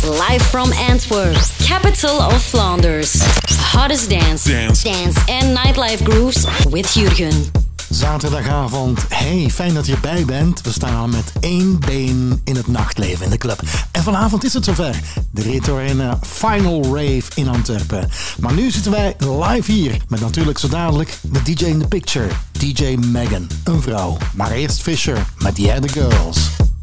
Live from Antwerp, capital of Flanders. Hottest dance and nightlife grooves with Jurgen. Zaterdagavond, hey, fijn dat je erbij bent. We staan al met één been in het nachtleven in de club. En vanavond is het zover. De Retro Arena Final Rave in Antwerpen. Maar nu zitten wij live hier met natuurlijk zo dadelijk de DJ in the picture. DJ Megan, een vrouw. Maar eerst Fisher met The Other Girls.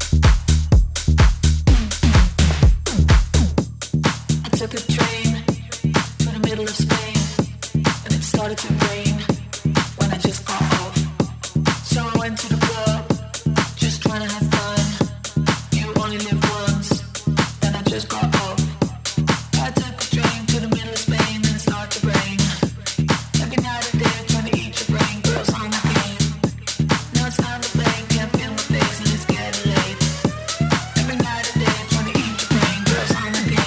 I took a train to the middle of Spain and it started to rain when I just got off. So I went to the club, just trying to have fun. You only live once, and I just got off. I took a train to the middle of Spain and it started to rain. Every night and day trying to eat your brain, girls on the game. Now it's time to play, can't feel my face and it's getting late. Every night and day trying to eat your brain, girls on the game.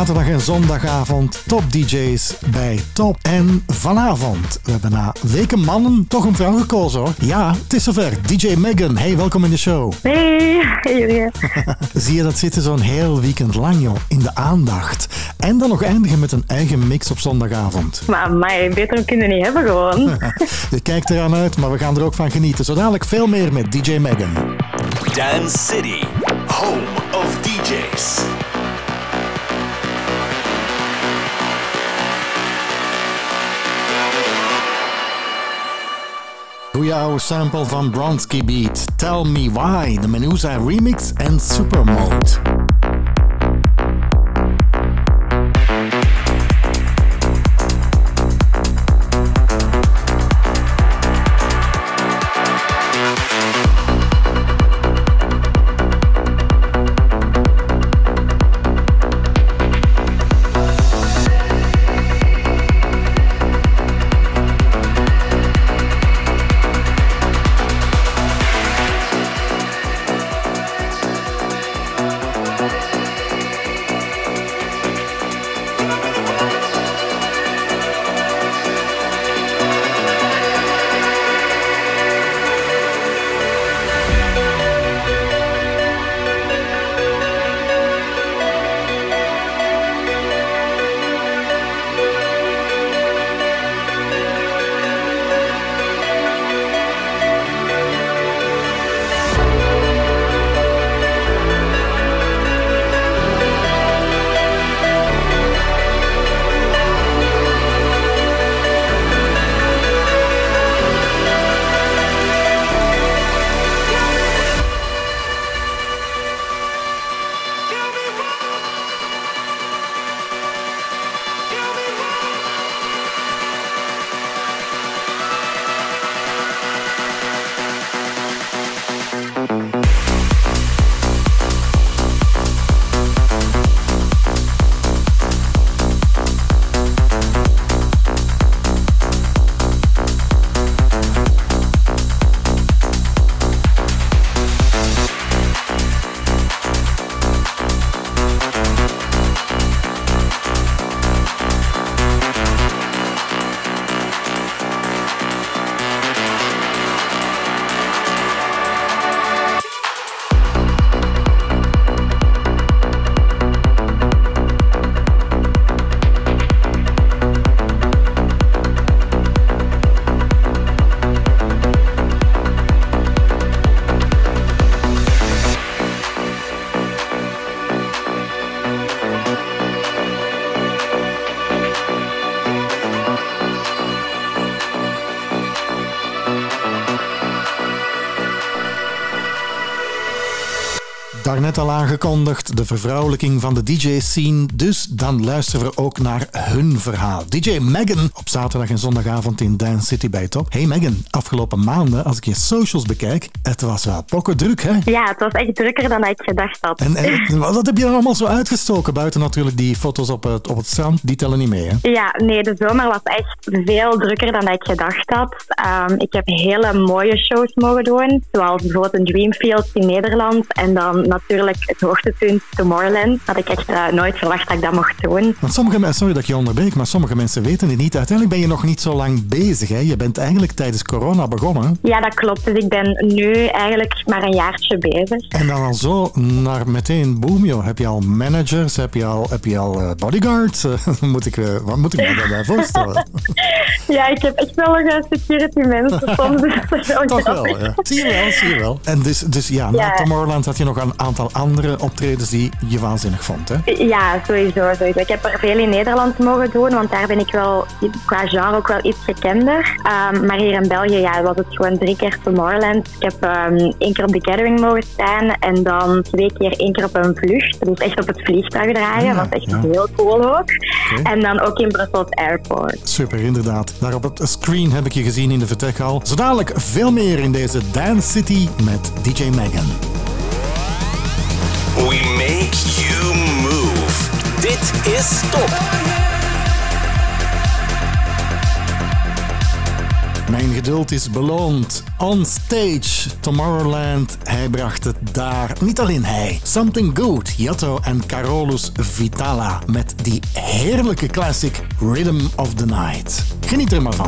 zaterdag en zondagavond top DJ's bij Top. En vanavond, we hebben na weken mannen toch een vrouw gekozen hoor. Ja, het is zover. DJ Megan, hey, welkom in de show. Hey Julia. Zie je dat zitten zo'n heel weekend lang joh, in de aandacht. En dan nog eindigen met een eigen mix op zondagavond. Maar beter kunnen we niet hebben gewoon. Je kijkt eraan uit, maar we gaan er ook van genieten. Zo dadelijk veel meer met DJ Megan. Dance City, home of DJs. Goeie oude sample van Bronski Beat. Tell Me Why, de Menuza remix en Supermode. Daarnet al aangekondigd, de vervrouwelijking van de DJ-scene. Dus dan luisteren we ook naar hun verhaal. DJ Megan op zaterdag en zondagavond in Dance City bij Top. Hey Megan, afgelopen maanden, als ik je socials bekijk, het was wel pokkerdruk, hè? Ja, het was echt drukker dan ik gedacht had. En wat heb je dan allemaal zo uitgestoken? Buiten natuurlijk die foto's op het strand, die tellen niet mee, hè? Ja, nee, de zomer was echt veel drukker dan ik gedacht had. Ik heb hele mooie shows mogen doen, zoals bijvoorbeeld een Dreamfield in Nederland en dan natuurlijk het hoogtepunt Tomorrowland. Dat ik echt nooit verwacht dat ik dat mocht doen. Want sommige mensen, sorry dat ik je onderbreek, maar sommige mensen weten het niet. Uiteindelijk ben je nog niet zo lang bezig, hè? Je bent eigenlijk tijdens corona begonnen. Ja, dat klopt. Dus ik ben nu eigenlijk maar een jaartje bezig. En dan al zo naar meteen boom, joh. Heb je al managers? Heb je al bodyguards? Wat moet ik me daarbij voorstellen? Ja, ik heb echt wel een security mensen soms. Toch wel, ja. Zie je wel. En dus ja, na Tomorrowland had je nog een aantal andere optredens die je waanzinnig vond, hè? Ja, sowieso. Ik heb er veel in Nederland mogen doen, want daar ben ik wel qua genre ook wel iets gekender. Maar hier in België was het gewoon 3 keer Tomorrowland. Ik heb 1 keer op The Gathering mogen staan en dan 2 keer 1 keer op een vlucht. Dus echt op het vliegtuig draaien, wat echt heel cool ook. Okay. En dan ook in Brussels Airport. Super, inderdaad. Daar op het screen heb ik je gezien in de vertrekhal. Zo dadelijk veel meer in deze Dance City met DJ Megan. We make you move. Dit is Top. Mijn geduld is beloond. On stage, Tomorrowland. Hij bracht het daar. Niet alleen hij. Something Good, Yotto en Carolus Vitala. Met die heerlijke classic Rhythm of the Night. Geniet er maar van.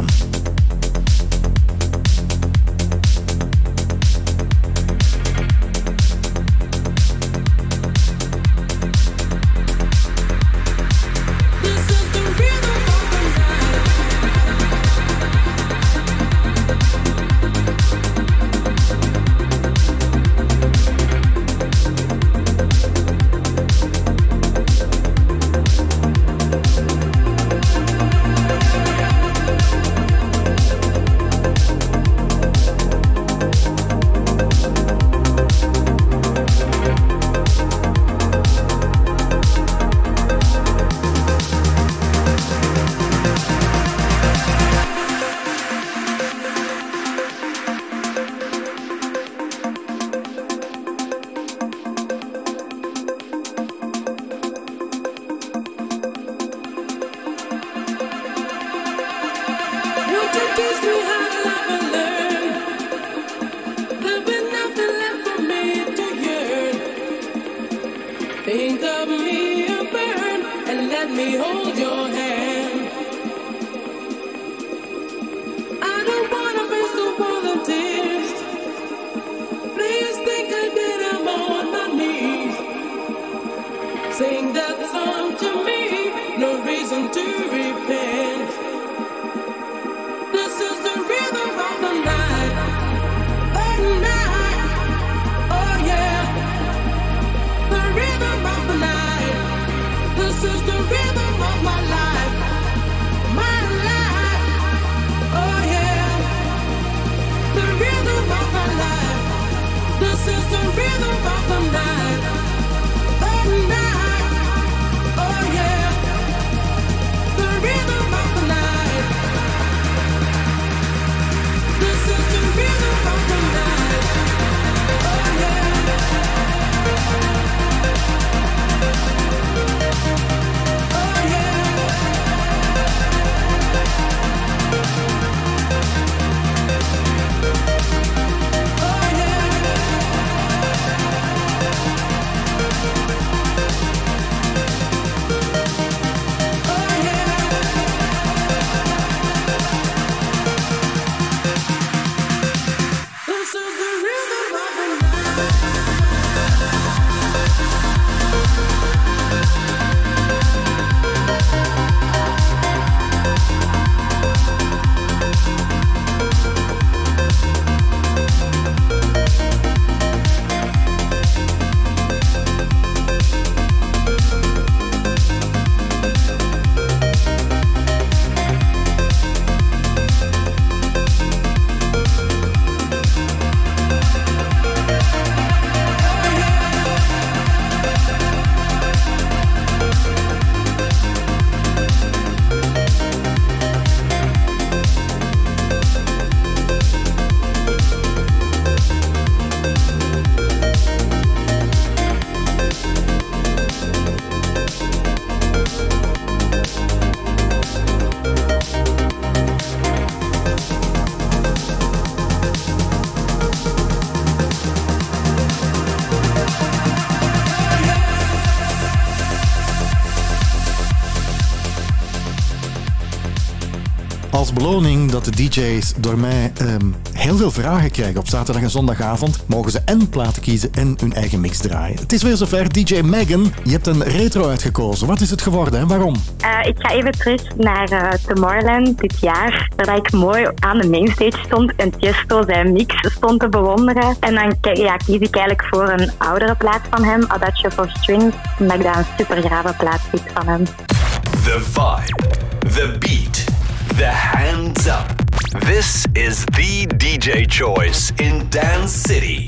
Als beloning dat de DJ's door mij heel veel vragen krijgen op zaterdag en zondagavond, mogen ze en platen kiezen en hun eigen mix draaien. Het is weer zover. DJ Megan, je hebt een retro uitgekozen. Wat is het geworden en waarom? Ik ga even terug naar Tomorrowland dit jaar, waar ik mooi aan de mainstage stond en Tiesto zijn mix stond te bewonderen. En dan kies ik eigenlijk voor een oudere plaat van hem, Adagio for Strings, omdat ik daar een super grave plaat vind van hem. The vibe, the beat, the hands up. This is the DJ choice in Dance City.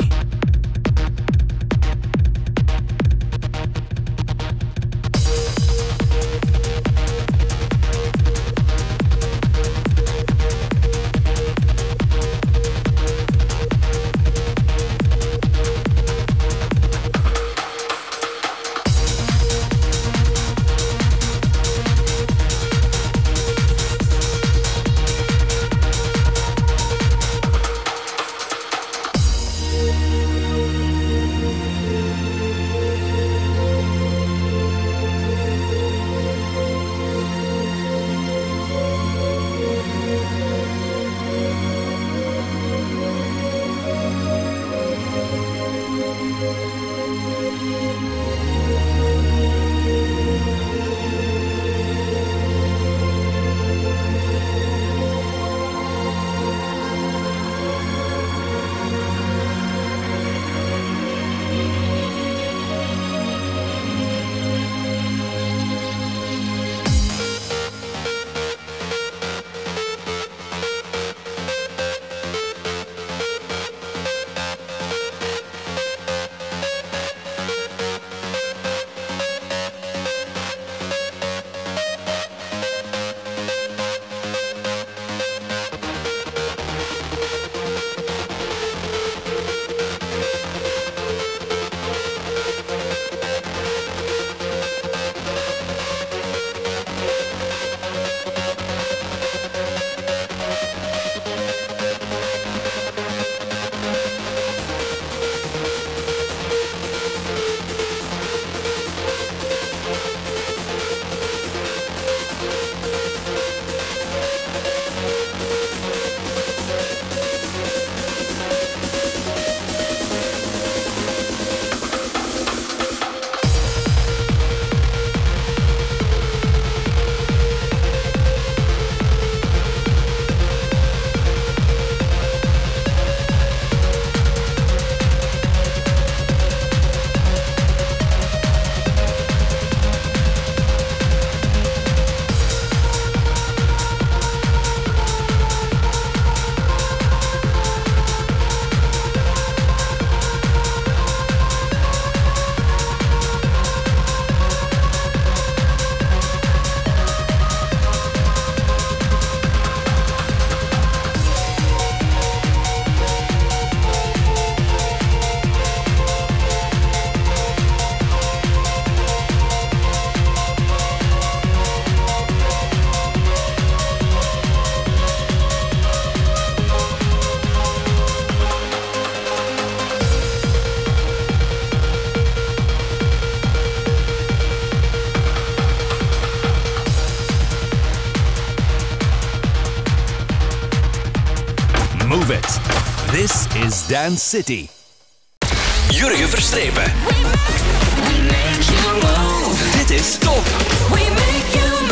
is Dance City. Jurgen Verstrepen. We make you move. Dit is Top. We make you move.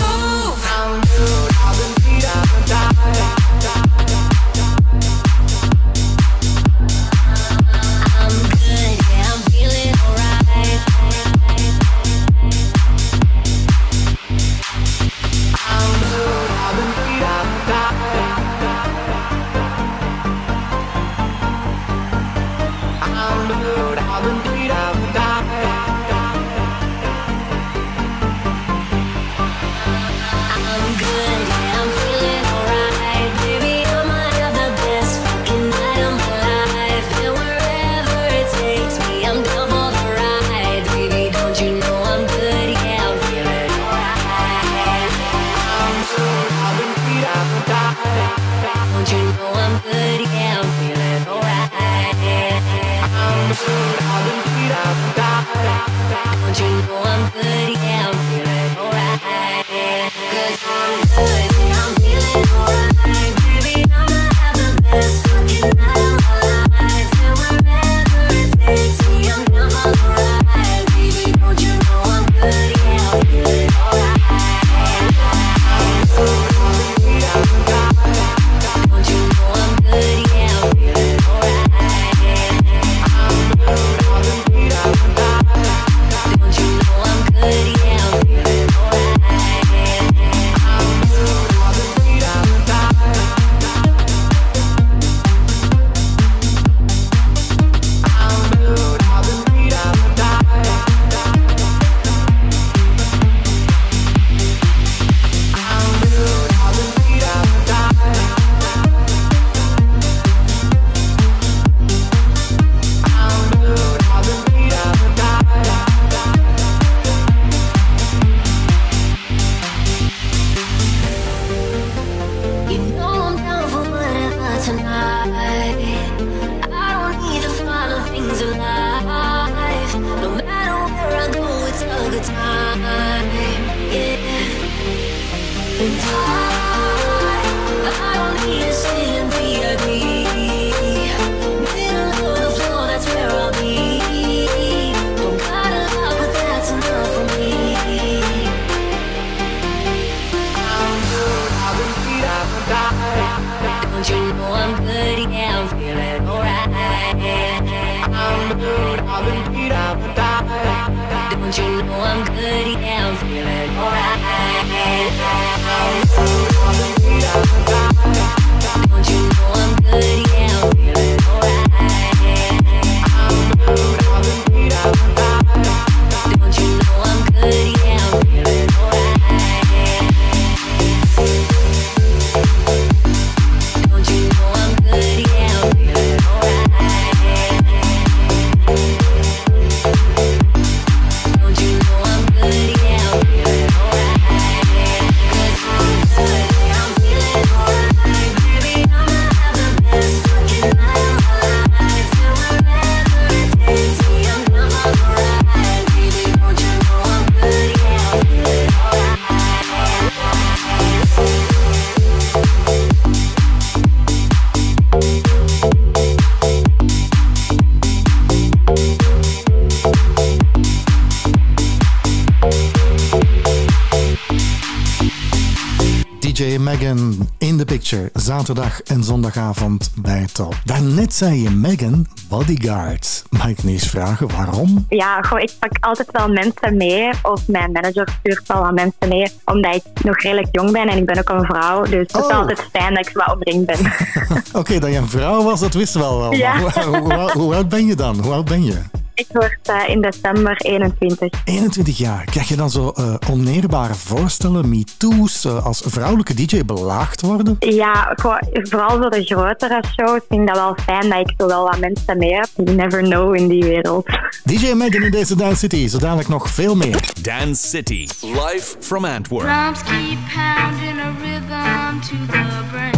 DJ Megan in the picture, zaterdag en zondagavond bij Top. Daarnet zei je Megan, bodyguard. Mag ik niet eens vragen waarom? Ja, ik pak altijd wel mensen mee, of mijn manager stuurt wel wat mensen mee, omdat ik nog redelijk jong ben en ik ben ook een vrouw, dus het is altijd fijn dat ik wat omringd ben. Oké, dat je een vrouw was, dat wisten we al wel. Ja. Hoe oud ben je dan? Hoe oud ben je? Ik word in december 21. 21 jaar. Krijg je dan zo oneerbare voorstellen, MeToo's, als vrouwelijke DJ belaagd worden? Ja, vooral voor de grotere shows vind ik dat wel fijn dat ik zo wel wat mensen mee heb. You never know in die wereld. DJ Megan in deze Dance City. Zo dadelijk nog veel meer. Dance City, live from Antwerp. Drums keep pounding a rhythm to the brain.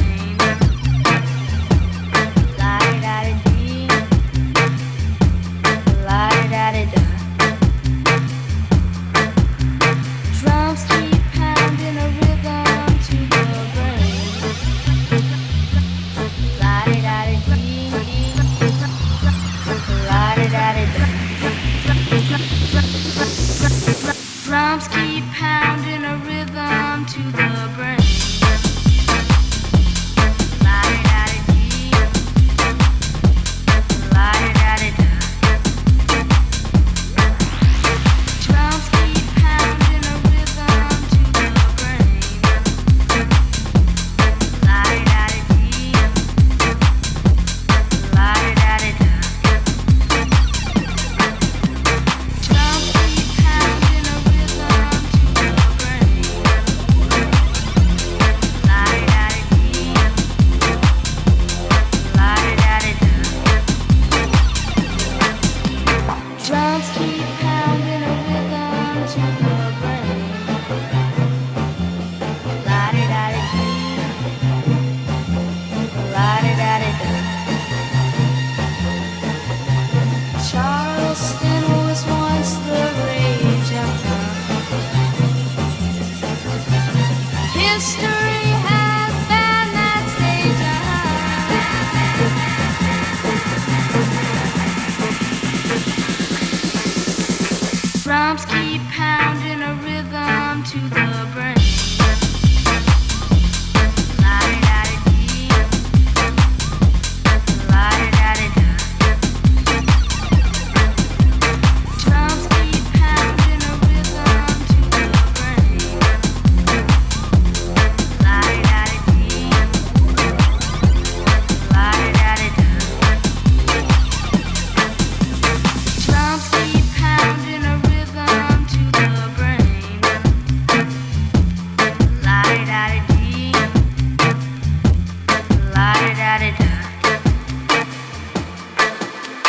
La-da-da-dee, la-da-da-da. Drums keep pounding a rhythm to the brain. La-da-da-dee.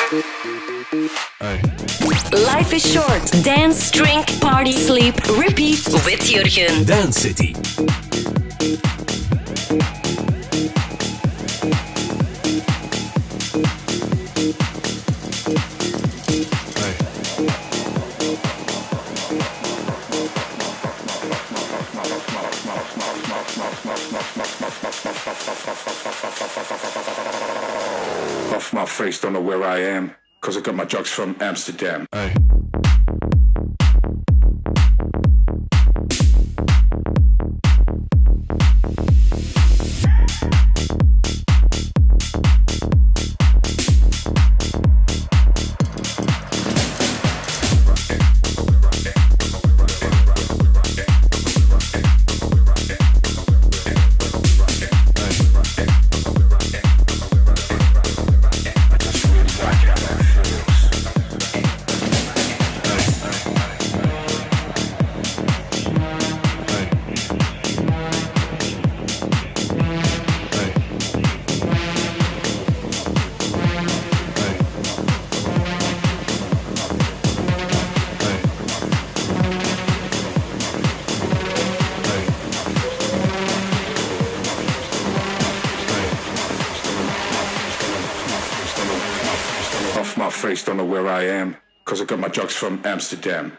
Life is short. Dance, drink, party, sleep, repeat with Jurgen. Dance City. Off my face, don't know where I am, cause I got my drugs from Amsterdam. Hey. Face, don't know where I am, cause I got my drugs from Amsterdam.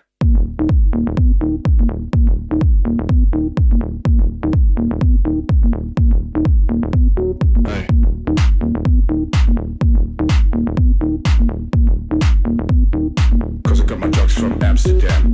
Hey. Cause I got my drugs from Amsterdam.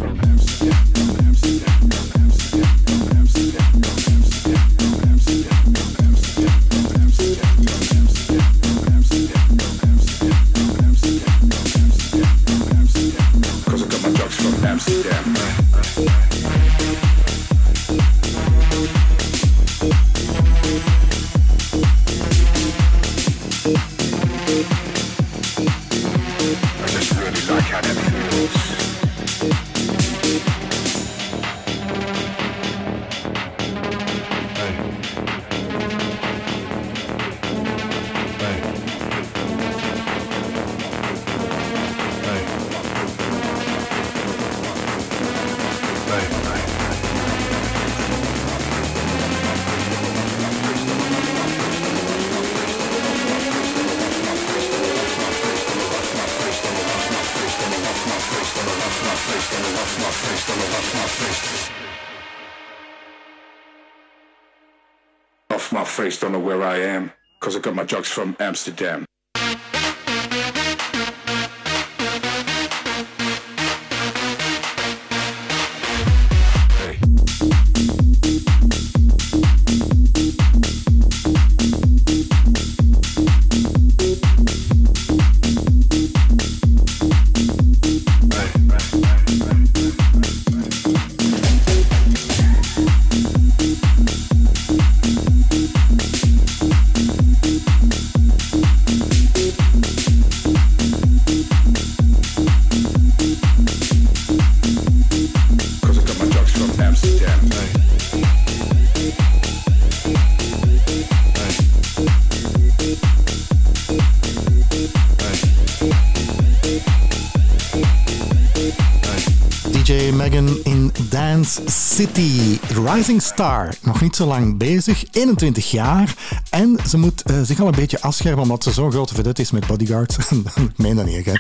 Off my face, don't know where I am, cause I got my drugs from Amsterdam. DJ Megan in Dance City. Rising Star, nog niet zo lang bezig, 21 jaar. En ze moet zich al een beetje afschermen omdat ze zo'n grote vedette is met bodyguards. Ik meen dat niet, hè?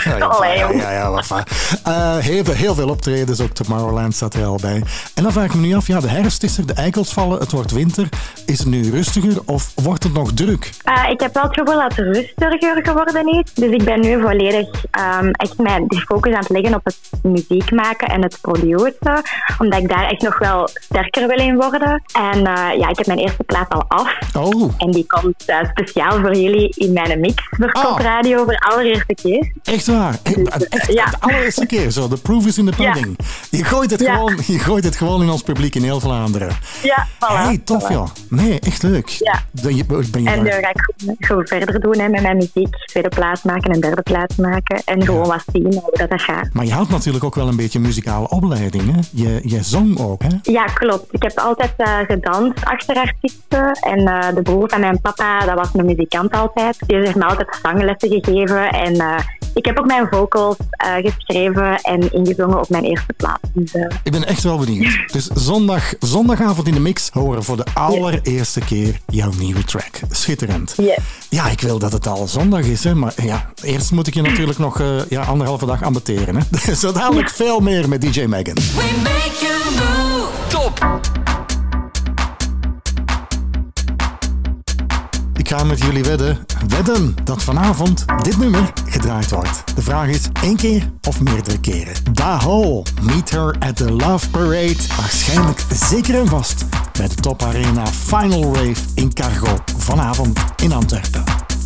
Heel veel optredens, ook Tomorrowland staat er al bij. En dan vraag ik me nu af, ja, de herfst is er, de eikels vallen, het wordt winter. Is het nu rustiger of wordt het nog druk? Ik heb wel het gevoel dat het rustiger geworden is. Dus ik ben nu volledig echt mijn focus aan het leggen op het muziek maken en het produceren. Omdat ik daar echt nog wel sterker wil in worden. En ik heb mijn eerste plaat al af. Oh. En die komt speciaal voor jullie in mijn mix voor Top Radio voor de allereerste keer. Echt waar? Echt de allereerste keer zo. The proof is in the pudding. Ja. Je gooit het gewoon in ons publiek in heel Vlaanderen. Ja, voilà. Hey, tof joh. Nee, echt leuk. Ja. En dan ga ik gewoon verder doen met mijn muziek. Tweede plaat maken en derde plaat maken. En gewoon wat zien hoe dat gaat. Maar je had natuurlijk ook wel een beetje muzikale opleiding, hè? Je zong ook, hè? Ja, klopt. Ik heb altijd gedanst achter artiesten. En de broer van mijn papa, dat was een muzikant altijd. Die heeft me altijd zanglessen gegeven. En ik heb ook mijn vocals geschreven en ingezongen op mijn eerste plaat. Dus, Ik ben echt wel benieuwd. Dus zondagavond in de mix horen voor de allereerste keer jouw nieuwe track. Schitterend. Yes. Ja, ik wil dat het al zondag is, hè, maar ja, eerst moet ik je natuurlijk nog 1,5 dag ambeteren. Hè. Zo dadelijk veel meer met DJ Megan. We make you move. Top! Ik ga met jullie wedden dat vanavond dit nummer gedraaid wordt. De vraag is 1 keer of meerdere keren. Dahol, Meet Her at the Love Parade. Waarschijnlijk zeker en vast bij de Top Arena Final Rave in Cargo vanavond in Antwerpen.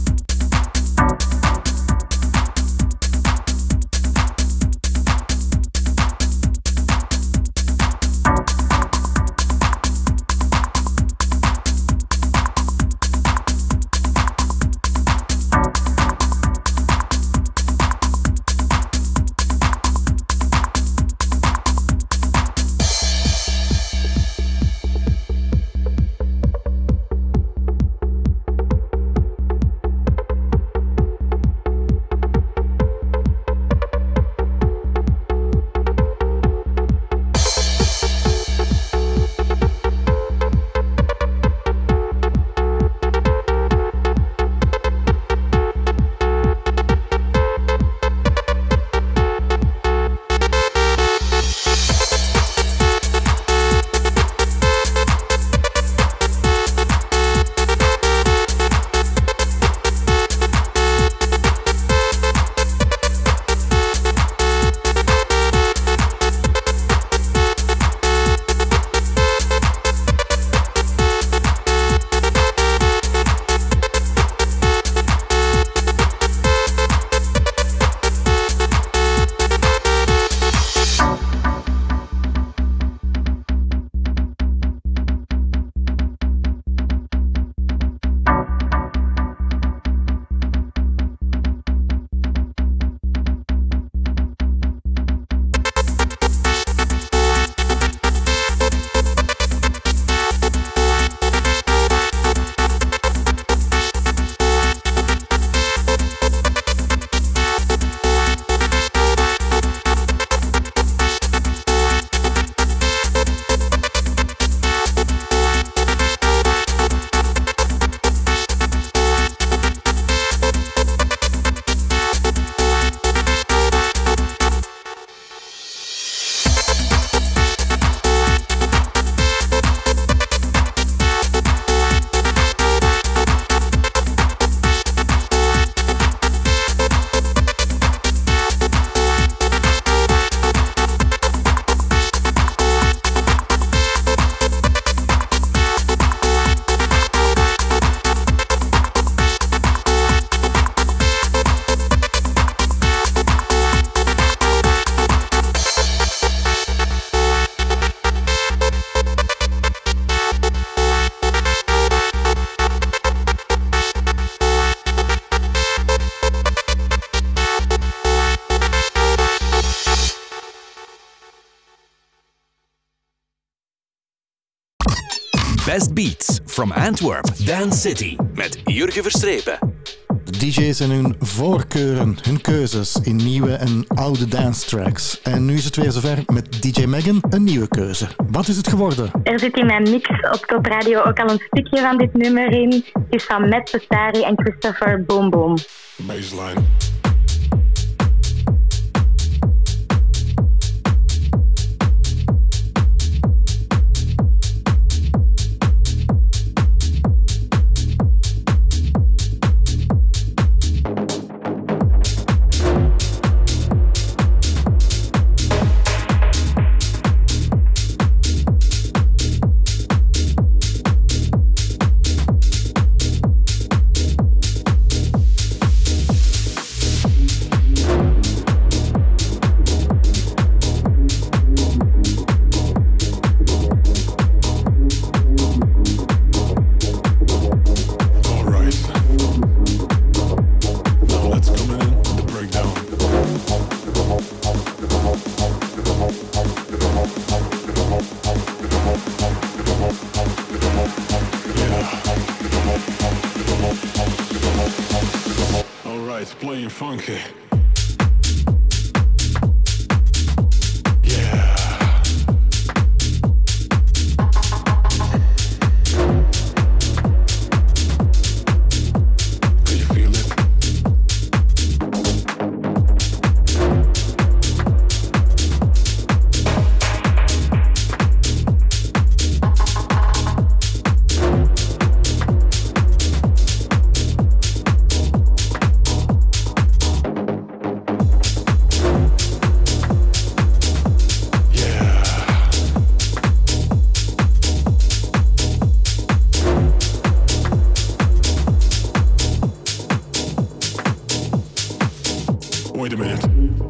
Best Beats from Antwerp, Dance City met Jurgen Verstrepen. De DJ's en hun voorkeuren, hun keuzes in nieuwe en oude dance tracks. En nu is het weer zover met DJ Megan een nieuwe keuze. Wat is het geworden? Er zit in mijn mix op Top Radio ook al een stukje van dit nummer in. Het is van Matt Pestari en Christopher Boom Boom. Baseline. Funky. Wait a minute.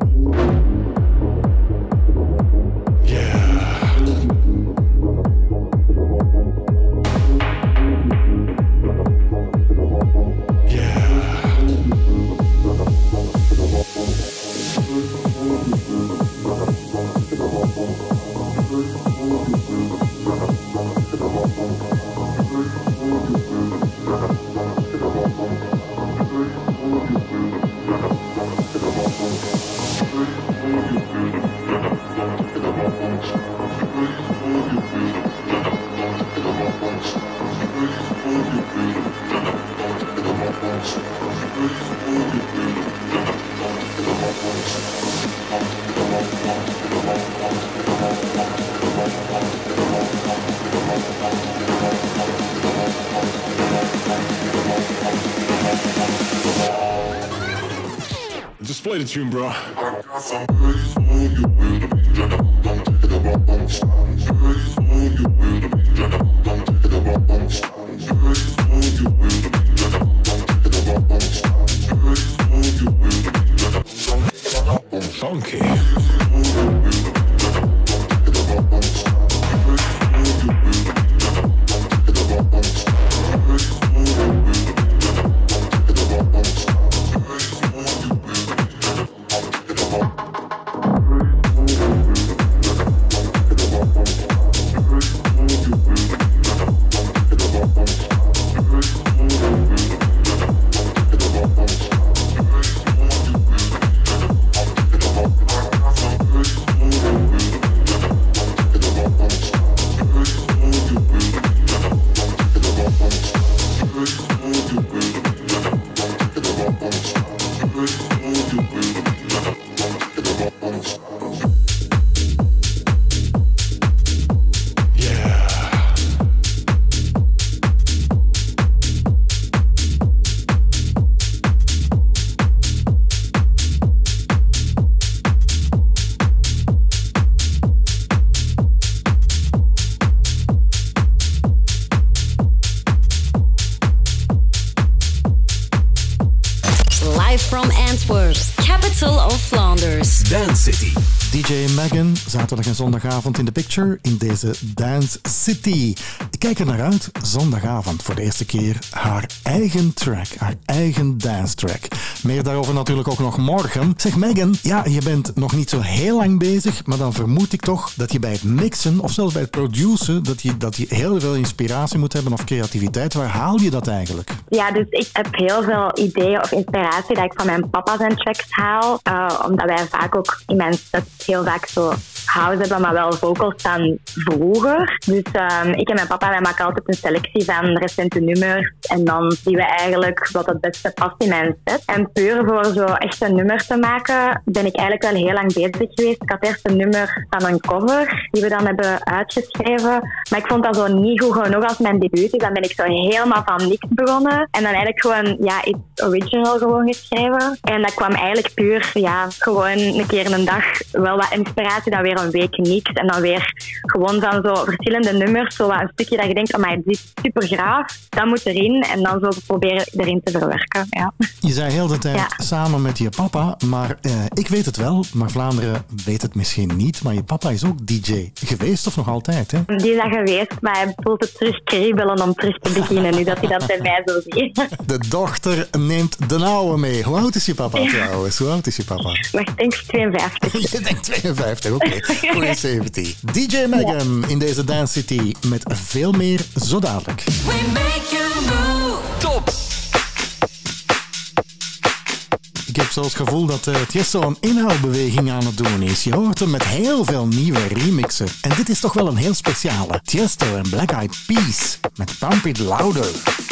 Just play the tune, bro. Funky. From Antwerp, capital of Flanders. Dance City. DJ Megan, zaterdag en zondagavond in de picture in deze Dance City. Ik kijk er naar uit, zondagavond voor de eerste keer haar eigen track, haar eigen dance track. Meer daarover natuurlijk ook nog morgen. Zeg Megan, ja, je bent nog niet zo heel lang bezig, maar dan vermoed ik toch dat je bij het mixen of zelfs bij het produceren, dat je heel veel inspiratie moet hebben of creativiteit. Waar haal je dat eigenlijk? Ja, dus ik heb heel veel ideeën of inspiratie dat ik van mijn papa zijn tracks haal. Omdat wij vaak ook in mijn set heel vaak zo house hebben, maar wel vocals van vroeger. Dus ik en mijn papa, wij maken altijd een selectie van recente nummers. En dan zien we eigenlijk wat het beste past in mijn set. En puur voor zo echt een nummer te maken, ben ik eigenlijk wel heel lang bezig geweest. Ik had eerst een nummer van een cover, die we dan hebben uitgeschreven. Maar ik vond dat zo niet goed genoeg als mijn debuut. Dus dan ben ik zo helemaal van niks begonnen. En dan eigenlijk gewoon, ja, iets original gewoon geschreven. En dat kwam eigenlijk puur, ja, gewoon een keer een dag wel wat inspiratie, dan weer een week niks. En dan weer gewoon van zo verschillende nummers, zo wat een stukje dat je denkt, oh, maar dit is super graaf, dat moet erin. En dan zo proberen erin te verwerken, ja. Je zei heel de tijd samen met je papa, maar ik weet het wel, maar Vlaanderen weet het misschien niet. Maar je papa is ook DJ geweest of nog altijd, hè? Die is dat geweest, maar hij voelt het terug kriebelen om terug te beginnen, nu dat hij dat bij mij zo ziet. De dochter neemt de oude mee. Hoe oud is je papa trouwens? Hoe oud is je papa? Maar ik denk 52. Je denkt 52, oké. Goeie 70. DJ Megan in deze Dance City met veel meer zo dadelijk. We make you move. Top! Ik heb heb zo het gevoel dat Tiesto een inhaalbeweging aan het doen is. Je hoort hem met heel veel nieuwe remixen. En dit is toch wel een heel speciale. Tiesto en Black Eyed Peas met Pump It Louder.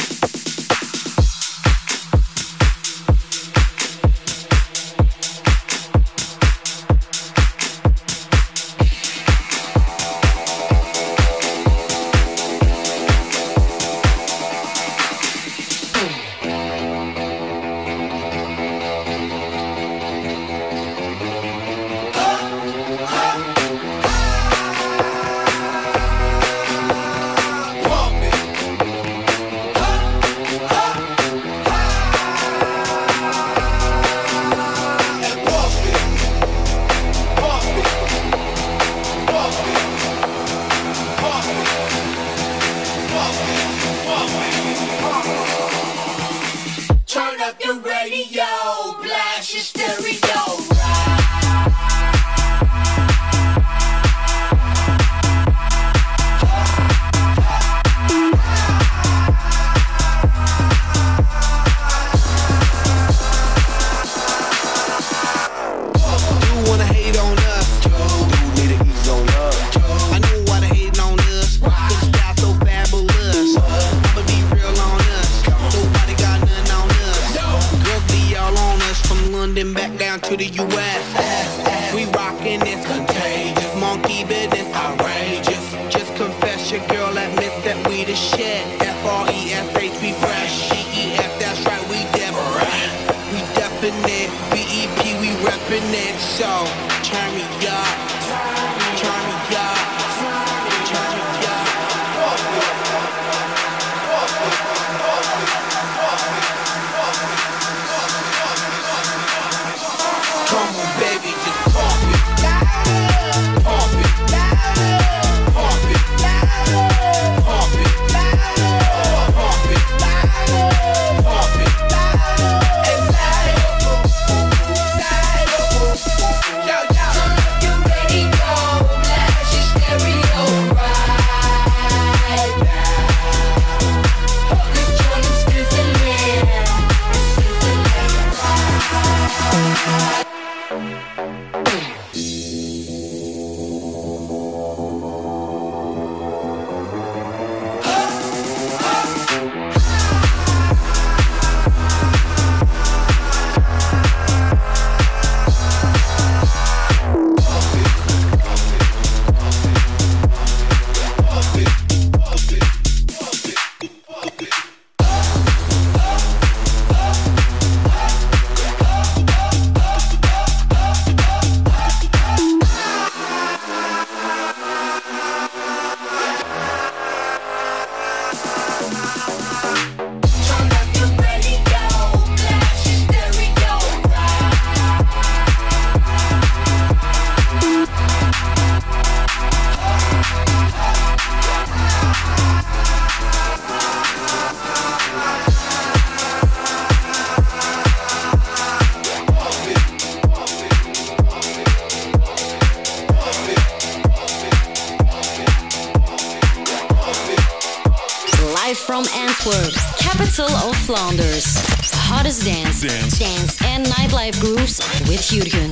From Antwerp, capital of Flanders. Hottest dance and nightlife grooves with Jurgen.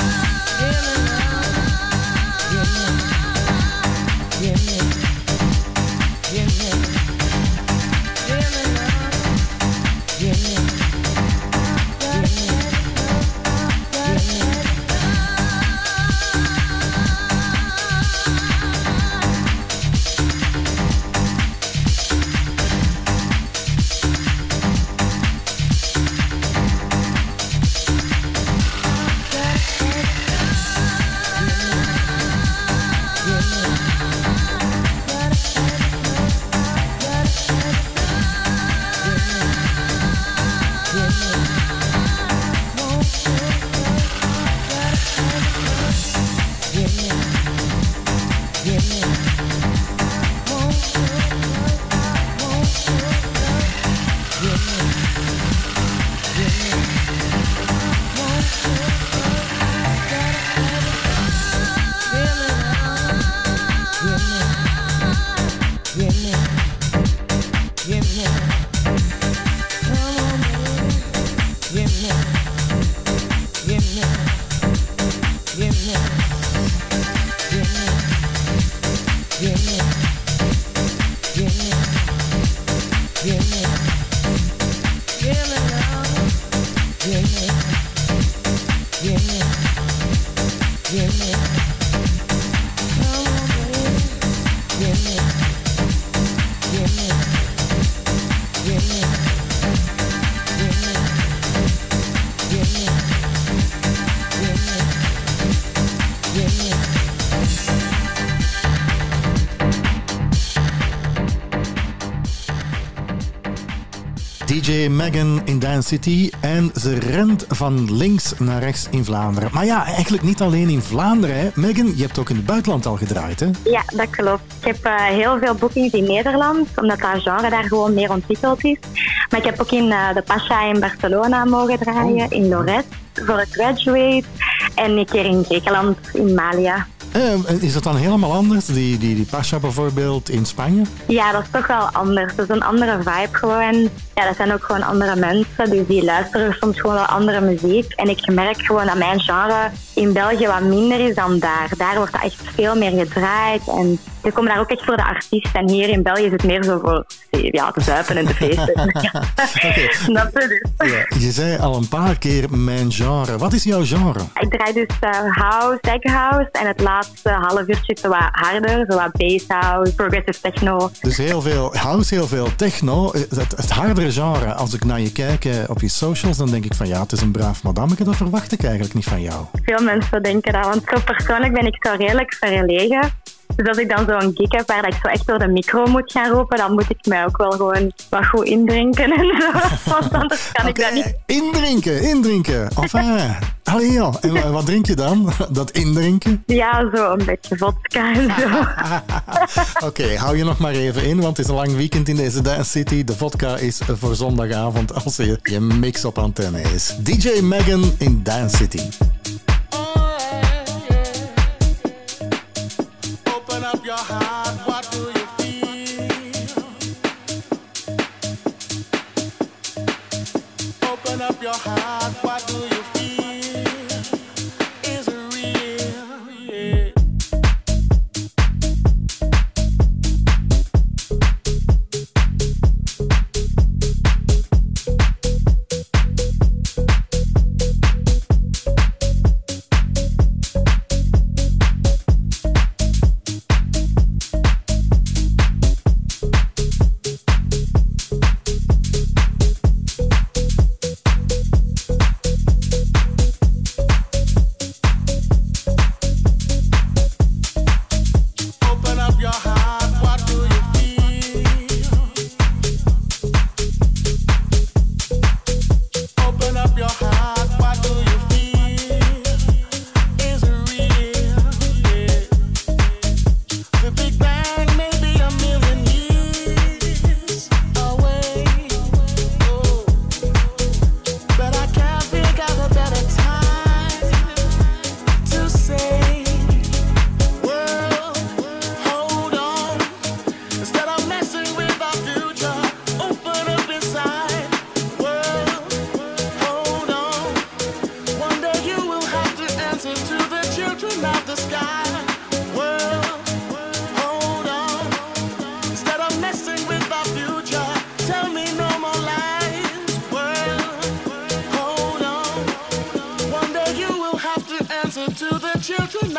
DJ Megan in Dance City en ze rent van links naar rechts in Vlaanderen. Maar ja, eigenlijk niet alleen in Vlaanderen. Hè. Megan, je hebt ook in het buitenland al gedraaid, hè? Ja, dat klopt. Ik heb heel veel boekings in Nederland, omdat dat genre daar gewoon meer ontwikkeld is. Maar ik heb ook in de Pasha in Barcelona mogen draaien, in Lorette voor het Graduate en een keer in Griekenland, in Malia. Is dat dan helemaal anders, die Pasha bijvoorbeeld in Spanje? Ja, dat is toch wel anders. Dat is een andere vibe gewoon. Ja, dat zijn ook gewoon andere mensen, dus die luisteren soms gewoon wel andere muziek. En ik merk gewoon dat mijn genre in België wat minder is dan daar. Daar wordt dat echt veel meer gedraaid en we komen daar ook echt voor de artiest. En hier in België is het meer zo voor te zuipen en te feesten. Okay. Ja, je zei al een paar keer mijn genre. Wat is jouw genre? Ik draai dus house, tech house en het laatste half uurtje zo wat harder, zo wat bass house, progressive techno. Dus heel veel house, heel veel techno. Het hardere genre, als ik naar je kijk op je socials, dan denk ik van ja, het is een braaf madameke. Dat verwacht ik eigenlijk niet van jou. Veel mensen denken dat, want zo persoonlijk ben ik zo redelijk verlegen. Dus als ik dan zo'n gig heb waar ik zo echt door de micro moet gaan roepen, dan moet ik mij ook wel gewoon wat goed indrinken en zo. Want anders kan ik dat niet. Indrinken. Enfin, allee joh. En wat drink je dan? Dat indrinken? Ja, zo een beetje vodka en zo. Oké, hou je nog maar even in, want het is een lang weekend in deze Dance City. De vodka is voor zondagavond als je mix op antenne is. DJ Megan in Dance City. Up your heart, what do you feel? Open up your heart, what do you feel? Is it real? Yeah.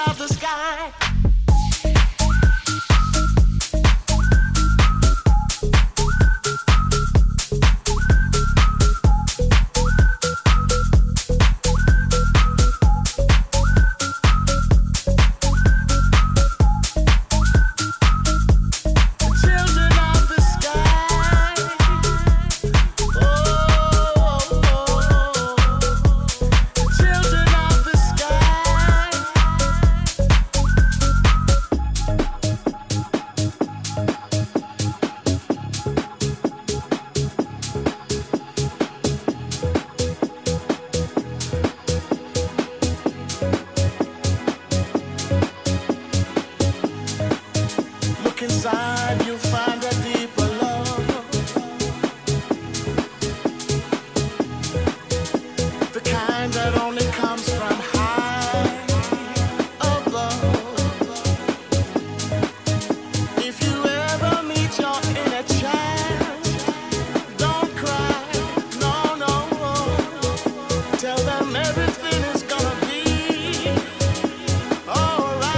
of the sky. Inside you'll find a deeper love, the kind that only comes from high above. If you ever meet your inner child, don't cry, no, no. Tell them everything is gonna be alright.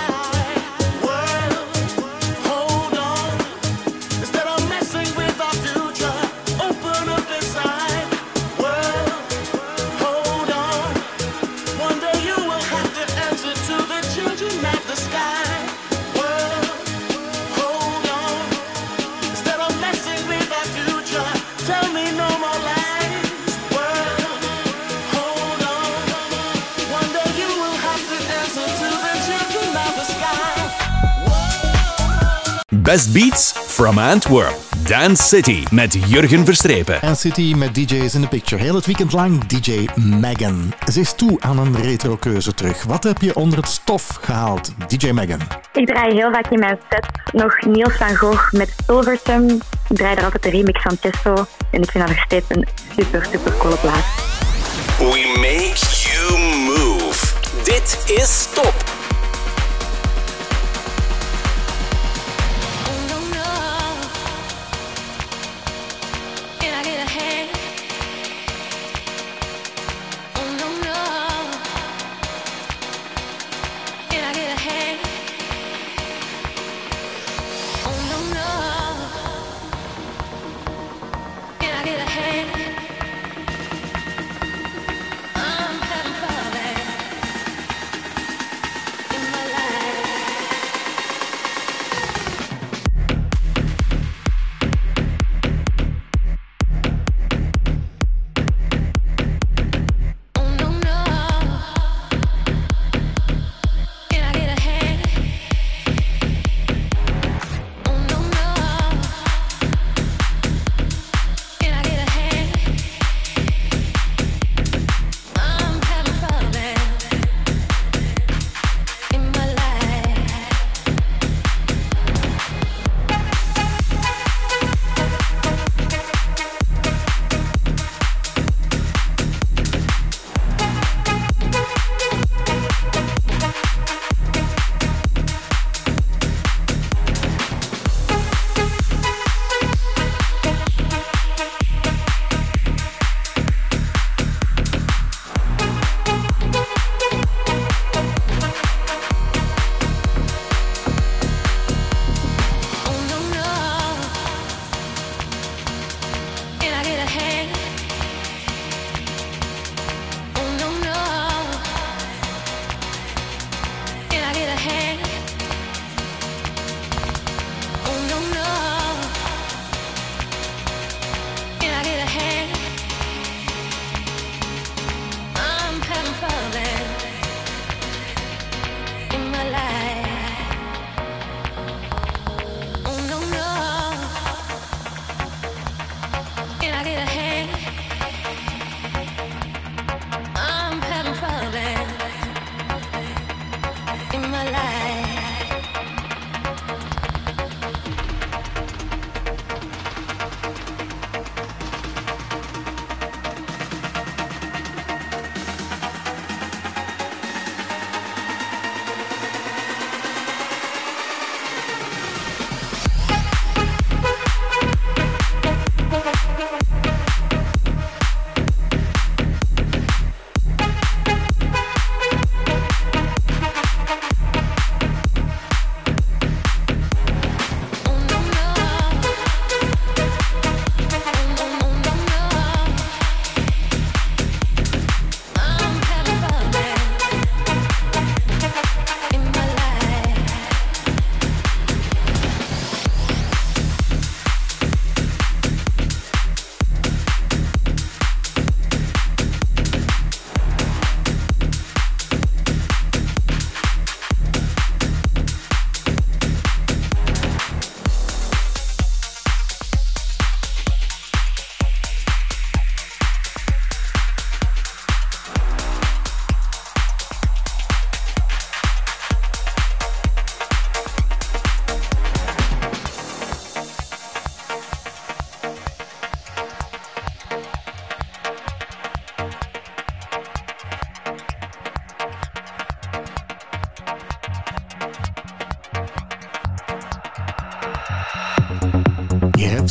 Best Beats from Antwerp. Dance City met Jurgen Verstrepen. Dance City met DJ's in the picture. Heel het weekend lang DJ Megan. Ze is toe aan een retro-keuze terug. Wat heb je onder het stof gehaald, DJ Megan? Ik draai heel vaak in mijn set nog Niels van Gogh met Silverthumb. Ik draai daar altijd de remix van Chesto. En ik vind dat nog steeds een super coole plaat. We make you move. Dit is Stop.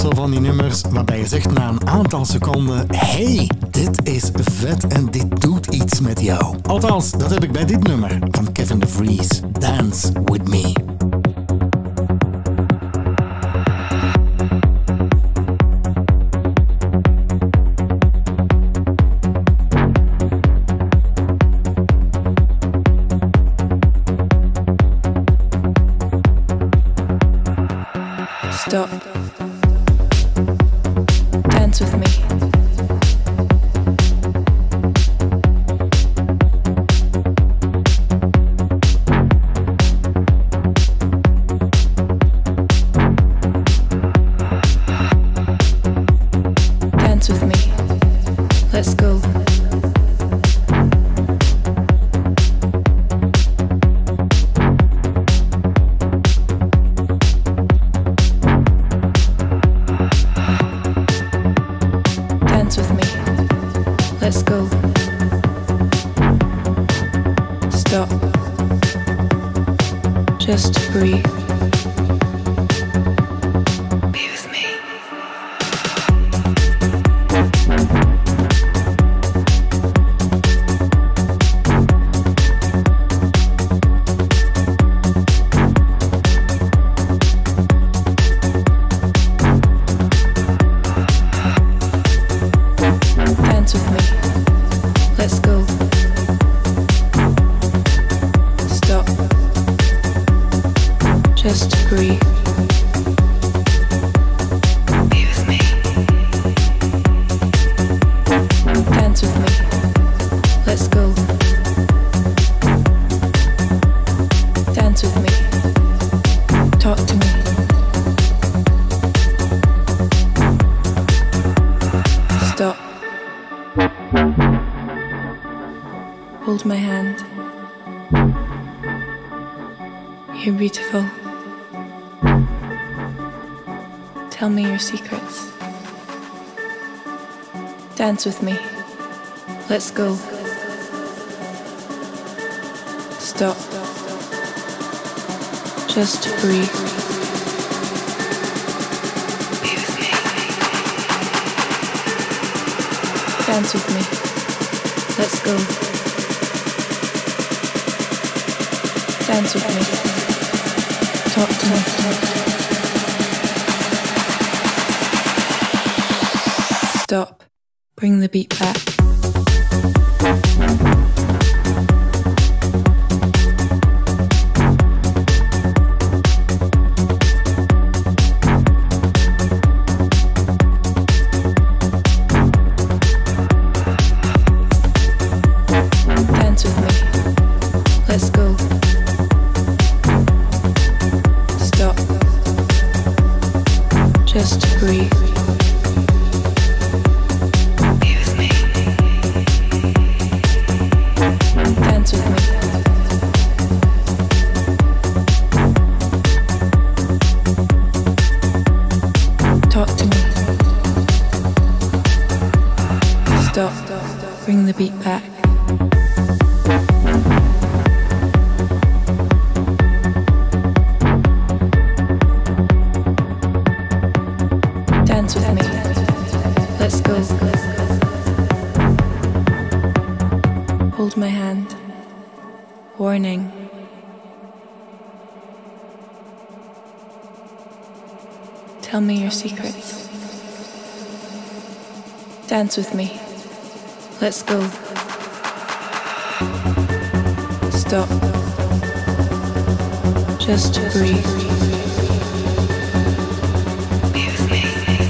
zo van die nummers waarbij je zegt na een aantal seconden: hey, dit is vet en dit doet iets met jou. Althans, dat heb ik bij dit nummer van Kevin DeVries, Dance With Me. Stop. Dance with me. Dance with me. Let's go. Let's go. Stop. Just breathe. Be with me. Dance with me. Let's go. Stop. Just breathe. Be with me. Dance with me. Let's go. Dance with me. Talk to me. Stop. Hold my hand. You're beautiful. Tell me your secrets. Dance with me. Let's go. Stop. Just breathe. Be with me. Dance with me. Let's go. Dance with me. Talk to me. Stop. Bring the beat back. Dance with me. Let's go. Stop. Just breathe. Be with me. Dance with me. Talk to me. Stop. Bring the beat back. Dance with me. Let's go. Hold my hand. Warning. Tell me your secrets. Dance with me. Let's go. Stop. Just breathe. Be with me.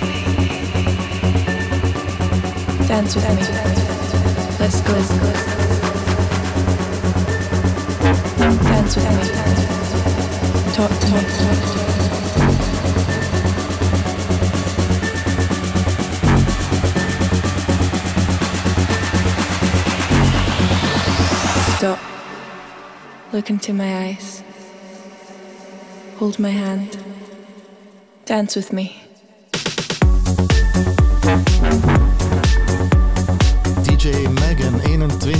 Dance with me. Let's go. Dance with me. Talk to me. Stop. Look into my eyes. Hold my hand. Dance with me. DJ Megan, 21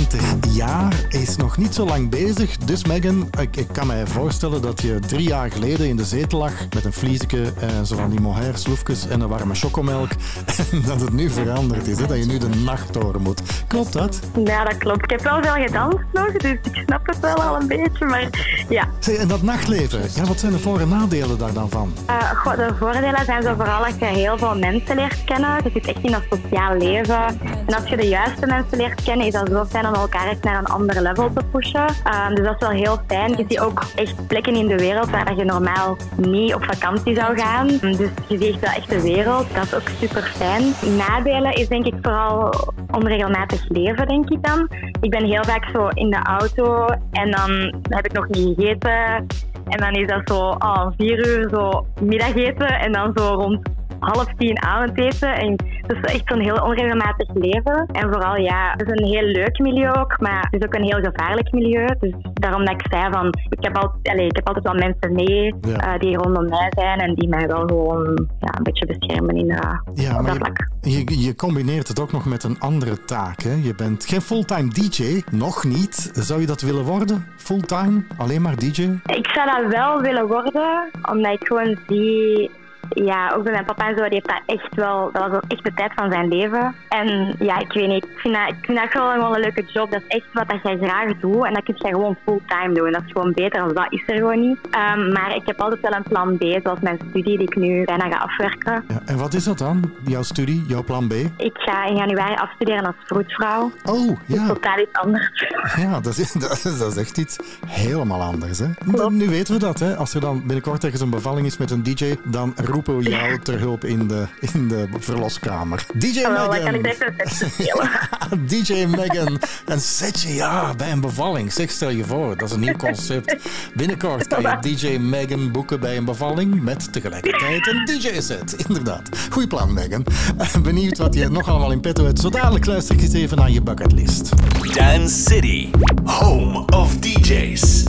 20 jaar is nog niet zo lang bezig. Dus Megan, ik kan mij voorstellen dat je 3 jaar geleden in de zetel lag met een vliesje, zo van die mohair sloefjes en een warme chocomelk. En dat het nu veranderd is, hè? Dat je nu de nacht door moet. Klopt dat? Ja, dat klopt. Ik heb wel veel gedanst nog, dus ik snap het wel al een beetje, maar ja. Zeg, en dat nachtleven, ja, wat zijn de voor- en nadelen daar dan van? De voordelen zijn zo vooral dat je heel veel mensen leert kennen. Je zit echt in dat sociaal leven. En als je de juiste mensen leert kennen, is dat zo fijn om elkaar echt naar een ander level te pushen. Dus dat is wel heel fijn. Je ziet ook echt plekken in de wereld waar je normaal niet op vakantie zou gaan. Dus je ziet wel echt de wereld. Dat is ook super fijn. Nadelen is denk ik vooral onregelmatig leven, denk ik dan. Ik ben heel vaak zo in de auto en dan heb ik nog niet gegeten. En dan is dat zo 4 uur zo middageten en dan zo rond 9:30 avondeten. En dat is echt zo'n heel onregelmatig leven. En vooral, ja, het is een heel leuk milieu ook, maar het is ook een heel gevaarlijk milieu. Dus daarom dat ik zei van, ik heb altijd wel mensen mee die rondom mij zijn en die mij wel gewoon een beetje beschermen op dat vlak. Je combineert het ook nog met een andere taak, hè? Je bent geen fulltime DJ, nog niet. Zou je dat willen worden? Fulltime? Alleen maar DJ? Ik zou dat wel willen worden, omdat ik gewoon zie... Ja, ook bij mijn papa en zo, die heeft dat echt wel... Dat was ook echt de tijd van zijn leven. En ja, ik weet niet, ik vind dat gewoon een leuke job. Dat is echt wat dat jij graag doet. En dat kun je gewoon fulltime doen. Dat is gewoon beter, want dat is er gewoon niet. Maar ik heb altijd wel een plan B, zoals mijn studie, die ik nu bijna ga afwerken. Ja, en wat is dat dan, jouw studie, jouw plan B? Ik ga in januari afstuderen als vroedvrouw. Oh, ja. Dat is totaal iets anders. Ja, dat is echt iets helemaal anders, hè? Nu weten we dat, hè? Als er dan binnenkort ergens een bevalling is met een DJ, dan roepen we jou ter hulp in de verloskamer. DJ Megan. Dan kan ik echt een setje spelen. DJ Megan. Een setje, bij een bevalling. Zeg, stel je voor, dat is een nieuw concept. Binnenkort kan je DJ Megan boeken bij een bevalling met tegelijkertijd een DJ-set. Inderdaad. Goeie plan, Megan. Benieuwd wat je nog allemaal in petto hebt. Zo dadelijk luister ik eens even naar je bucketlist. Dance City, home of DJs.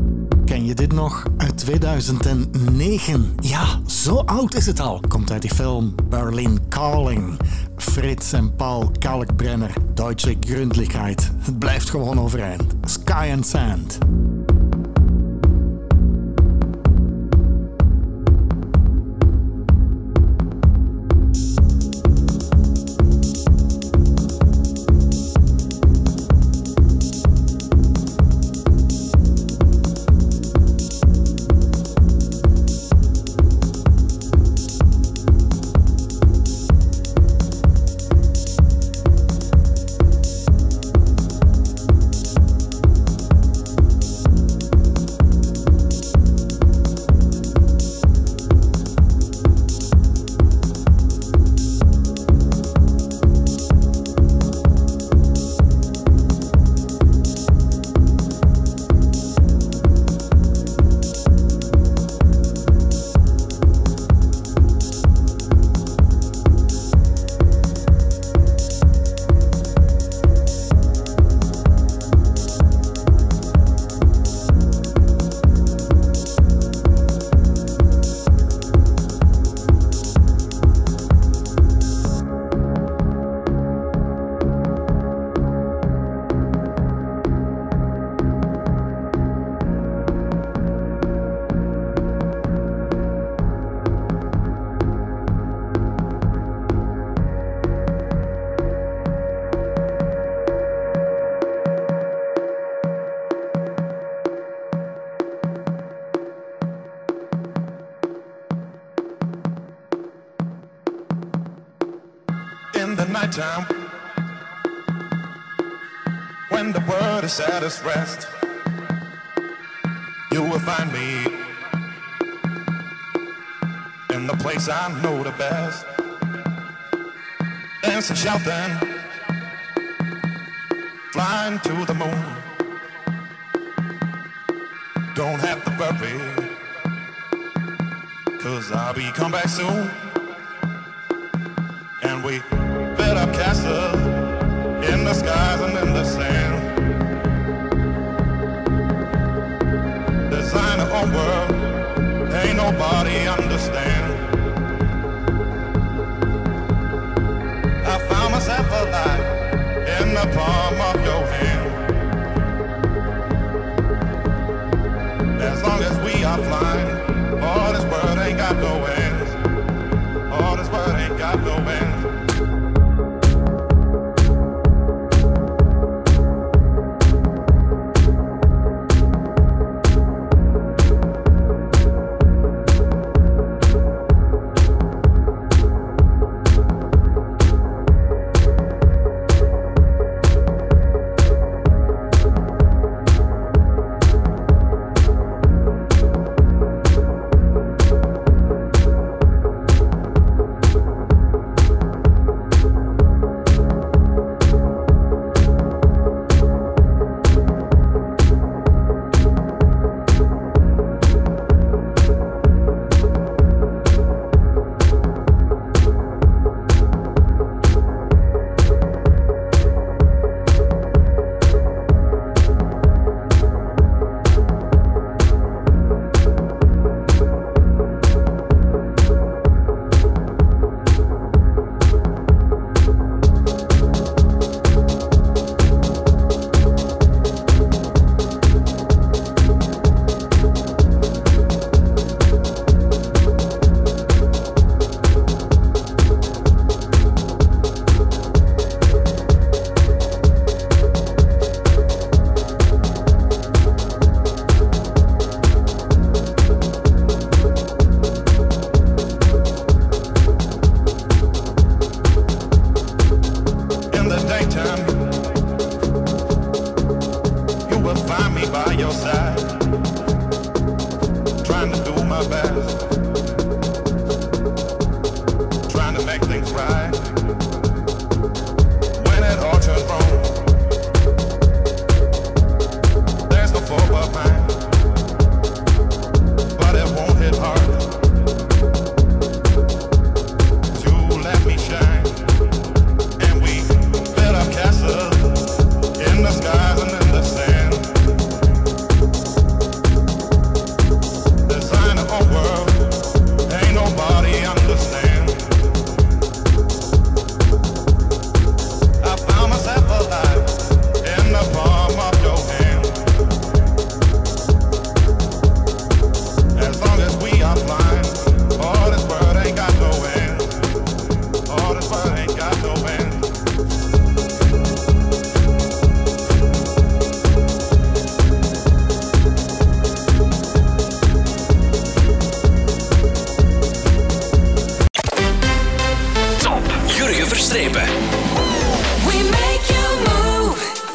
Ken je dit nog? Uit 2009. Ja, zo oud is het al. Komt uit die film Berlin Calling. Frits en Paul Kalkbrenner. Deutsche Gründlichkeit. Het blijft gewoon overeind. Sky and Sand. Time when the world is at its rest, you will find me in the place I know the best, dancing, shouting, flying to the moon. Don't have to worry, 'cause I'll be come back soon, and we build up castles in the skies and in the sand. Design our own world, ain't nobody understand. I found myself alive in the palm of your hand.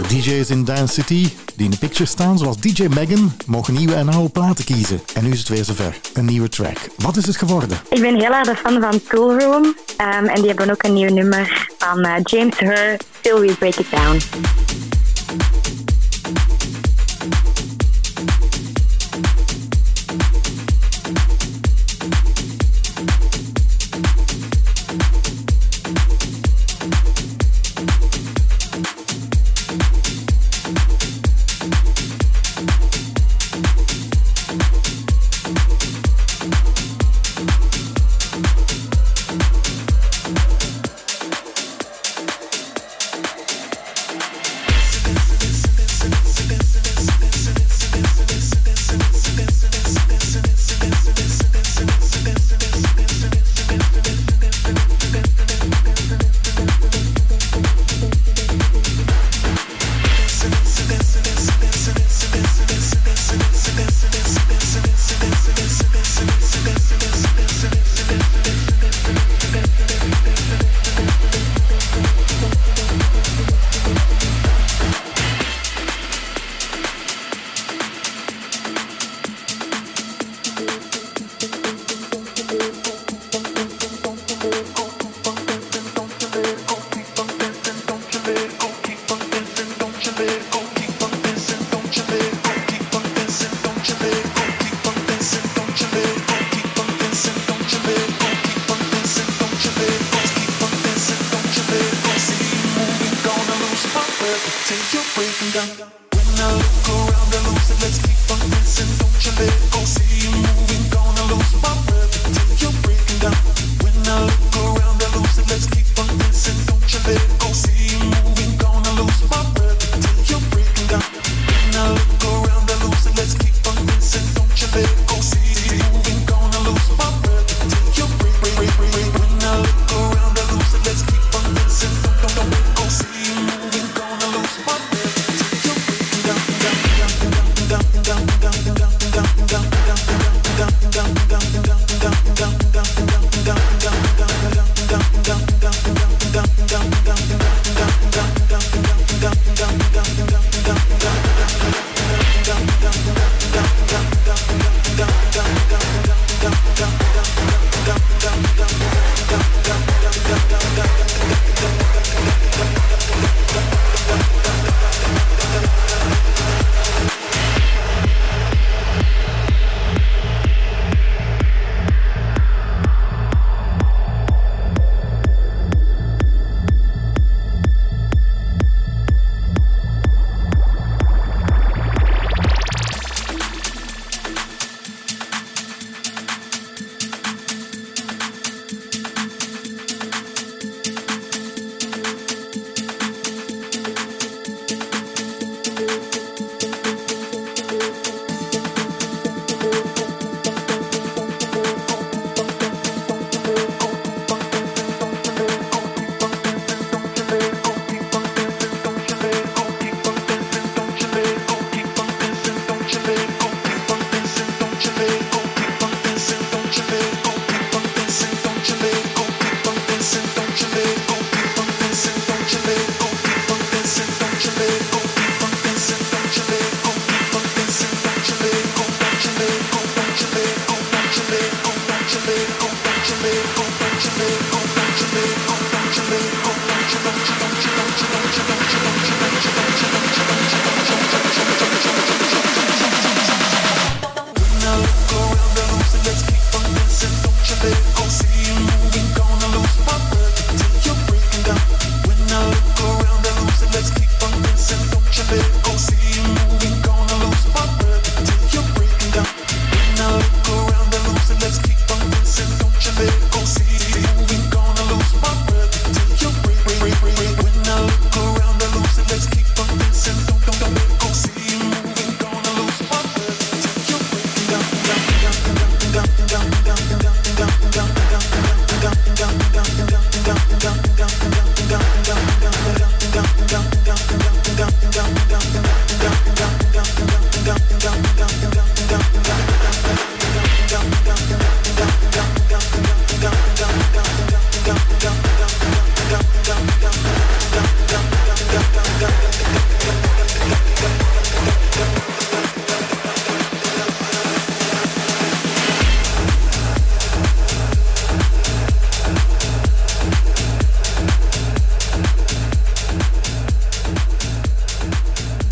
DJ's in Dance City die in de picture staan, zoals DJ Megan, mogen nieuwe en oude platen kiezen. En nu is het weer zover. Een nieuwe track. Wat is het geworden? Ik ben heel erg de fan van Toolroom. En die hebben ook een nieuw nummer van James Hurr, Till We Break It Down.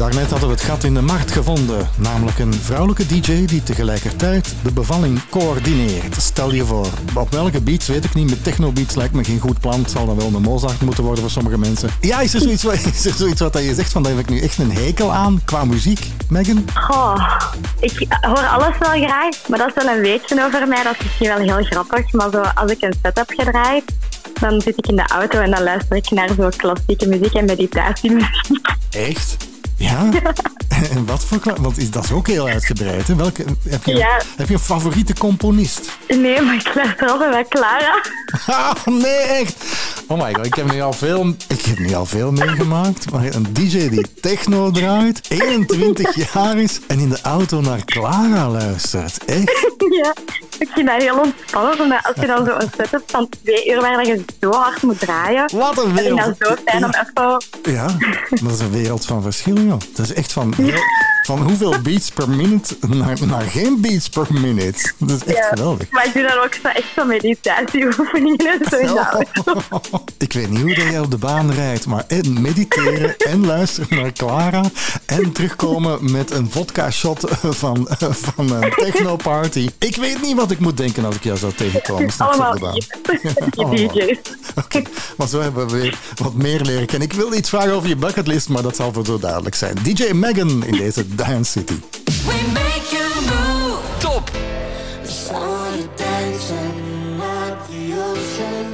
Daarnet hadden we het gat in de markt gevonden. Namelijk een vrouwelijke DJ die tegelijkertijd de bevalling coördineert. Stel je voor. Op welke beats weet ik niet. Met techno-beats lijkt me geen goed plan. Het zal dan wel een Mozart moeten worden voor sommige mensen. Ja, is er zoiets wat je zegt van daar heb ik nu echt een hekel aan qua muziek, Megan? Oh, ik hoor alles wel graag, maar dat is wel een weetje over mij. Dat is misschien wel heel grappig, maar zo, als ik een set heb gedraaid, dan zit ik in de auto en dan luister ik naar zo klassieke muziek en meditatiemuziek. Echt? Ja? En wat voor... Want dat is ook heel uitgebreid, hè? Heb je een favoriete componist? Nee, maar ik luister altijd naar Clara. Nee, echt? Oh my god, ik heb nu al veel meegemaakt. Maar een DJ die techno draait, 21 jaar is en in de auto naar Clara luistert. Echt? Ja, ik vind dat heel ontspannend. Omdat als je dan zo een set hebt van 2 uur waar je zo hard moet draaien. Wat een wereld. Ik vind dat zo fijn om even... Ja, dat is een wereld van verschil, joh. Dat is echt van hoeveel beats per minute naar geen beats per minute. Dat is echt geweldig. Maar ik doe dan ook zo echt zo meditatieoefeningen en zo in de auto. Ik weet niet hoe dat jij op de baan rijdt, maar en mediteren en luisteren naar Clara en terugkomen met een vodka shot van een technoparty. Ik weet niet wat ik moet denken als ik jou zou tegenkomen. Allemaal die DJ's. Oké, maar zo hebben we weer wat meer leren kennen. Ik wilde iets vragen over je bucketlist, maar dat zal voor zo duidelijk zijn. DJ Megan in deze Dance City. We make you move. Top. I saw you dancing at the ocean,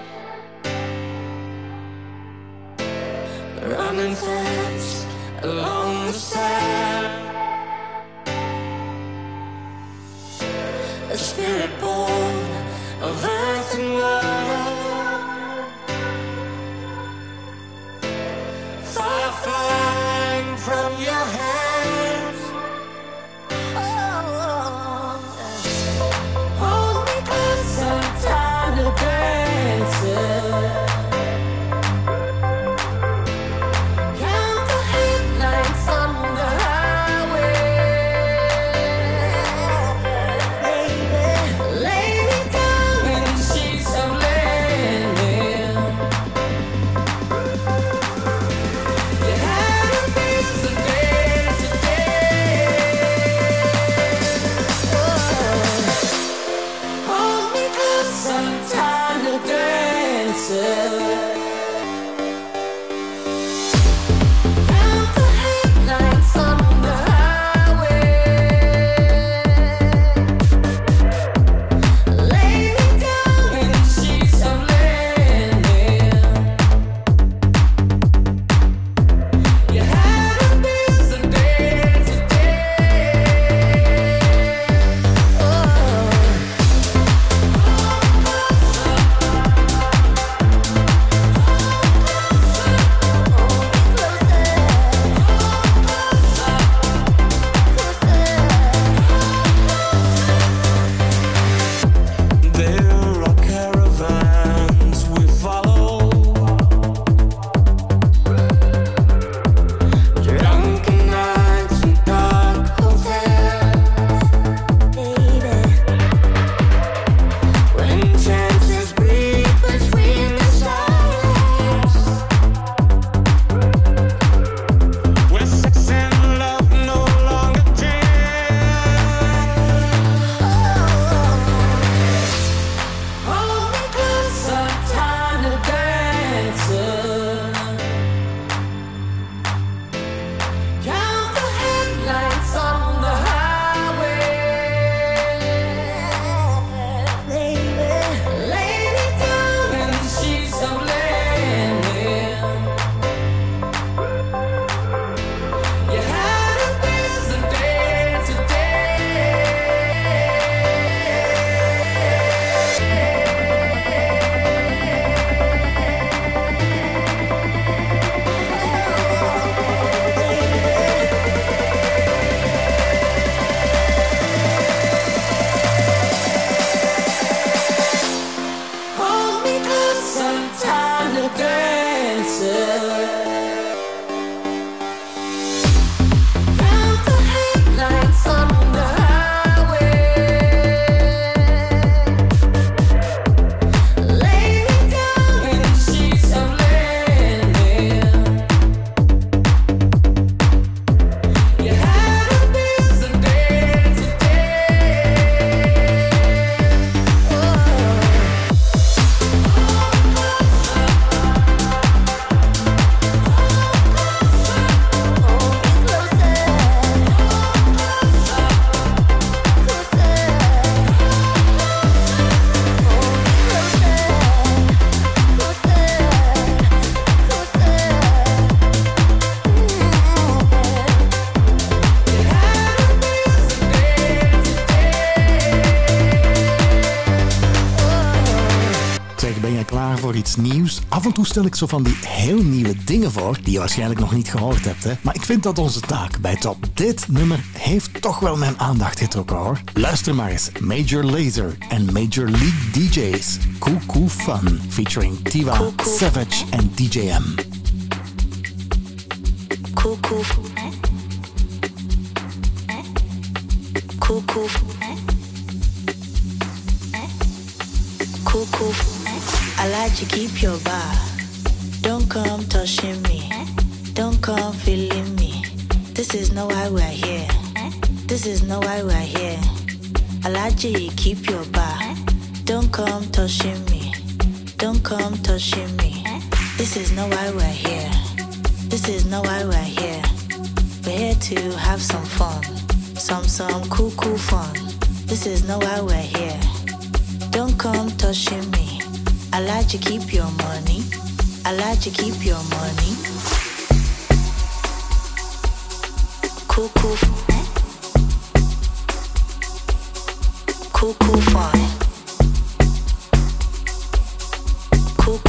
running fast along the sand. A spirit born of earth and water, fire flying from your hands. Oh, hold me closer, time to dance. Count the headlights on the highway. Baby, lay voor iets nieuws. Af en toe stel ik zo van die heel nieuwe dingen voor, die je waarschijnlijk nog niet gehoord hebt. Hè? Maar ik vind dat onze taak bij Top. Dit nummer heeft toch wel mijn aandacht getrokken, hoor. Luister maar eens. Major Lazer en Major League DJs. Cool Fun. Featuring Tiva, Savage en DJM. Cool. I like to keep your bar. Don't come touching me. Don't come feeling me. This is not why we're here. This is not why we're here. I like you keep your bar. Don't come touching me. Don't come touching me. This is not why we're here. This is not why we're here. We're here to have some fun. Some cool fun. This is not why we're here. Don't come touching me. I like to keep your money. I like to keep your money. Cool fun. Cool fun. Cool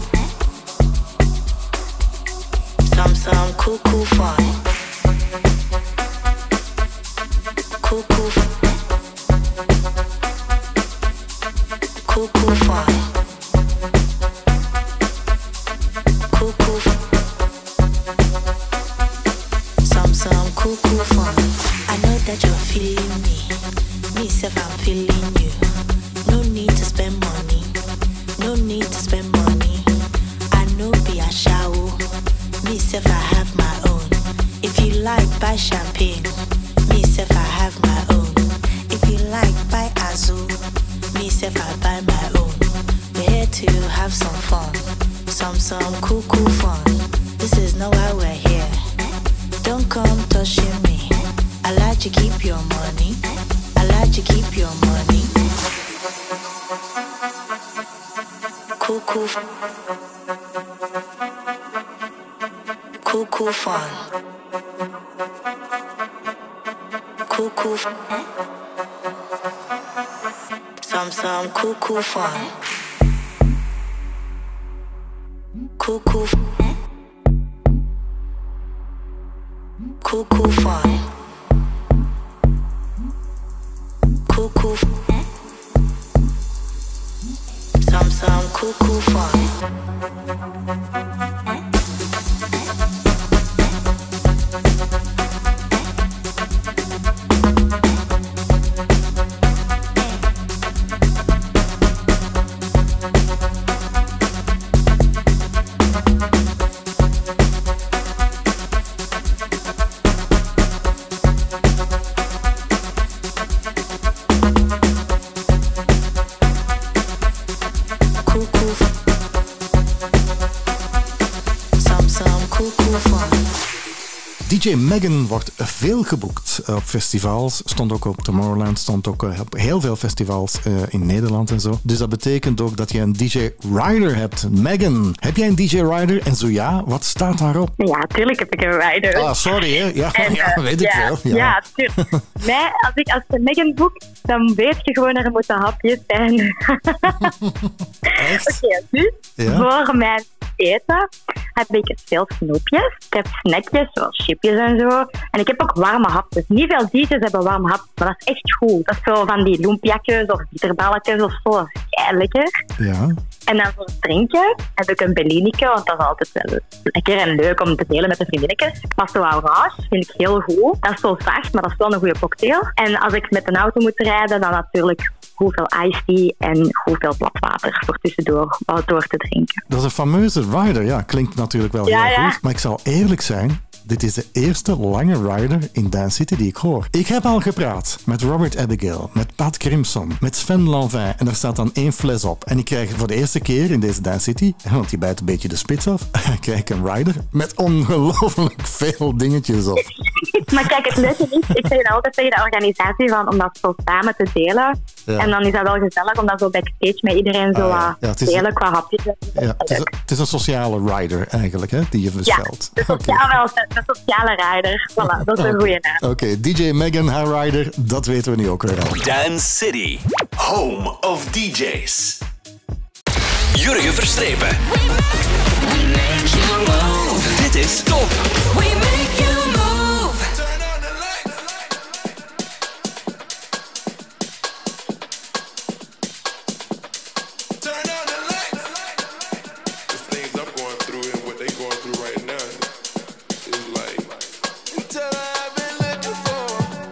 some cool fun. Cool fun. Cool fun. Some cool fun. I know that you're feeling me. Me self, I'm feeling you. No need to spend money. No need to spend money. I know be a shower. Me self, I have my own. If you like, buy champagne. Me self, I have my own. If you like, buy Azul. Me self, I buy my own. We're here to have some fun. Some cool fun. This is not why we're here. Don't come touching me. I like to keep your money. I like to keep your money. Cool fun. Cool fun. Cool fun. Some cool fun. Cool fun. Cool fun. Cool fun. Some cool fun. DJ Megan wordt veel geboekt op festivals. Stond ook op Tomorrowland, stond ook op heel veel festivals in Nederland en zo. Dus dat betekent ook dat je een DJ Rider hebt. Megan, heb jij een DJ Rider? En zo ja, wat staat daarop? Ja, tuurlijk heb ik een Rider. Ah, sorry hè. Ja, weet ik wel. Ja, tuurlijk. Nee, als je Megan boekt, dan weet je gewoon er moeten hapjes zijn. Echt? Oké, dus voor mijn eten heb ik veel snoepjes. Ik heb snackjes, zoals chipjes en zo. En ik heb ook warme hapjes. Niet veel DJ's hebben warme hapjes, maar dat is echt goed. Dat is zo van die lumpiakjes of bitterballetjes of zo. Dat is kei lekker. Ja. En dan voor het drinken heb ik een Bellineke, want dat is altijd wel lekker en leuk om te delen met de vriendinnetjes. Pasto Orange vind ik heel goed. Dat is zo zacht, maar dat is wel een goede cocktail. En als ik met een auto moet rijden, dan natuurlijk hoeveel iced tea en hoeveel plat water voor tussendoor door te drinken. Dat is een fameuze rider, ja. Klinkt natuurlijk wel heel goed. Maar ik zal eerlijk zijn, dit is de eerste lange rider in Dance City die ik hoor. Ik heb al gepraat met Robert Abigail, met Pat Crimson, met Sven Lanvin en daar staat dan 1 fles op. En ik krijg voor de eerste keer in deze Dance City, want die bijt een beetje de spits af, krijg ik een rider met ongelooflijk veel dingetjes op. Maar kijk, het leuke is, ik zeg het altijd tegen de organisatie van om dat zo samen te delen. Ja. En dan is dat wel gezellig om dat zo backstage met iedereen zo delen qua hapjes. Ja, het is een sociale rider eigenlijk, hè, die je bestelt. Ja, de sociale rider. Voilà, dat is een goede naam. Oké, DJ Megan, haar rider, dat weten we nu ook weer al. Dance City, home of DJs. Jurgen Verstrepen. We make you move. Dit is Top. We make you move. Turn on the lights. Turn on the lights. The things I'm going through and what they going through right now is like until I've been looking for.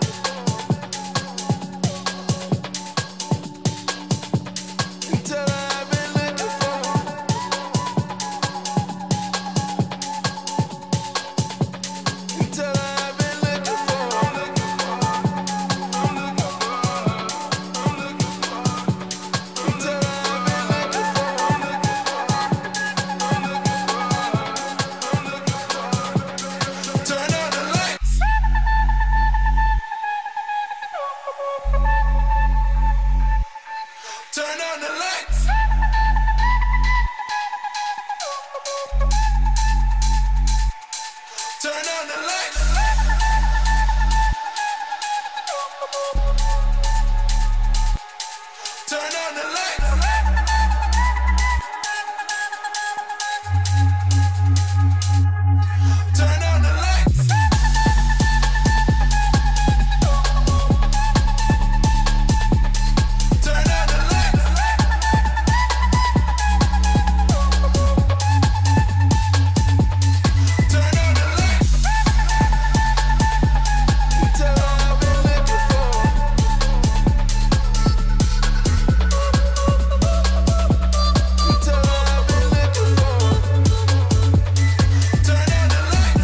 Until I've been looking for. Until I've been looking for. I'm looking for. I'm looking for. I'm looking for. Until I've been looking for. I'm looking for. I'm looking for. I'm looking for. Turn on the lights. Turn on the lights. Turn on the lights. Turn on the lights. Turn on the lights. Turn on the lights. Turn on the lights. Until I've been looking for. Until I've been looking for. Turn on the lights.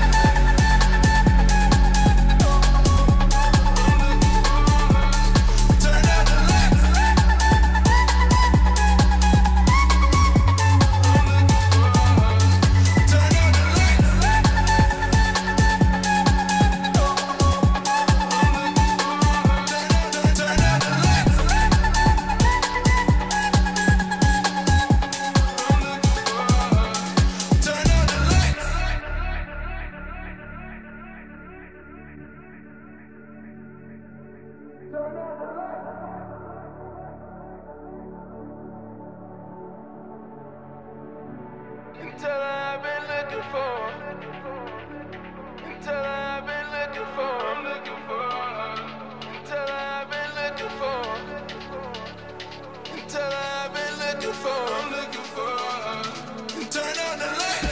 Turn on the lights. Turn on the lights. Turn on the lights. Turn on the lights. Until I've been looking for. Until I've been looking for. I'm looking for. Until I've been looking for. Until I've been looking for. I'm looking for. Turn on the lights.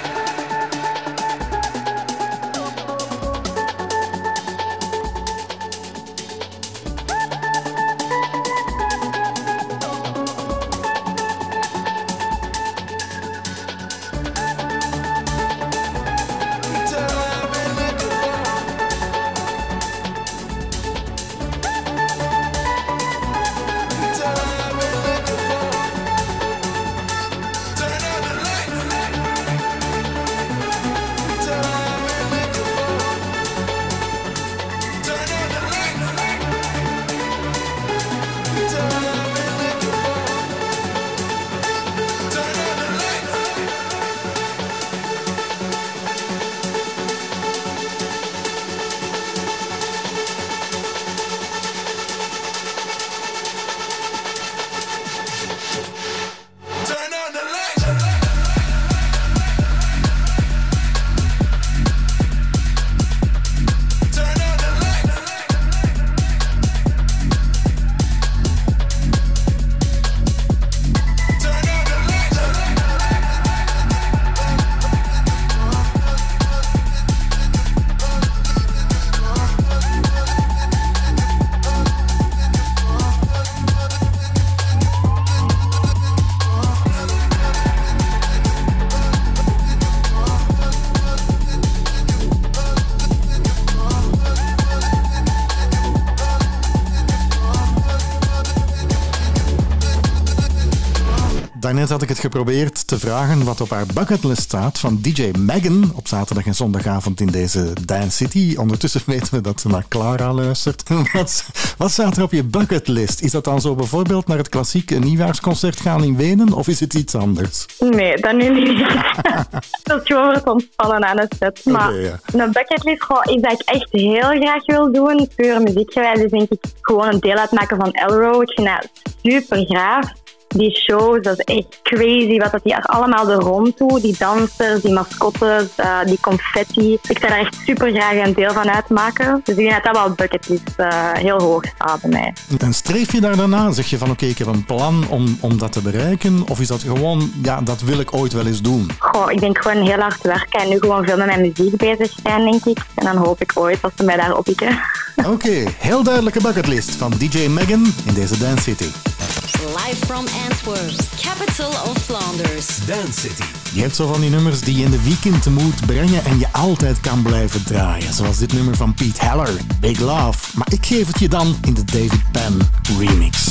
Until I've been looking for. Until I've been looking for. Turn on the lights. Until I've been looking for. Turn on the lights. Until I've been looking for. Turn on the lights. Turn on the lights. Turn on the lights. Turn on the lights. Daarnet had ik het geprobeerd te vragen wat op haar bucketlist staat van DJ Megan op zaterdag en zondagavond in deze Dance City. Ondertussen weten we dat ze naar Clara luistert. Wat staat er op je bucketlist? Is dat dan zo bijvoorbeeld naar het klassieke nieuwjaarsconcert gaan in Wenen of is het iets anders? Nee, dat nu niet. Dat is gewoon voor het ontspannen aan het set. Maar een bucketlist is dat ik echt heel graag wil doen. Puur muziekgewijs is denk ik gewoon een deel uitmaken van Elro. Ik vind dat super graaf. die shows, dat is echt crazy wat dat die er allemaal er rond doen. Die dansers, die mascottes, die confetti. Ik zou daar echt super graag een deel van uitmaken. Dus ik denk dat dat wel bucketlist heel hoog staat bij mij. En streef je daar daarna? Zeg je van oké, ik heb een plan om dat te bereiken? Of is dat gewoon, ja, dat wil ik ooit wel eens doen? Goh, ik denk gewoon heel hard werken en nu gewoon veel met mijn muziek bezig zijn, denk ik. En dan hoop ik ooit dat ze mij daar oppikken. Oké, heel duidelijke bucketlist van DJ Megan in deze Dance City. Live from Antwerp, capital of Flanders. Dance City. Je hebt zo van die nummers die je in de weekend moet brengen en je altijd kan blijven draaien. Zoals dit nummer van Pete Heller, Big Love. Maar ik geef het je dan in de David Penn remix.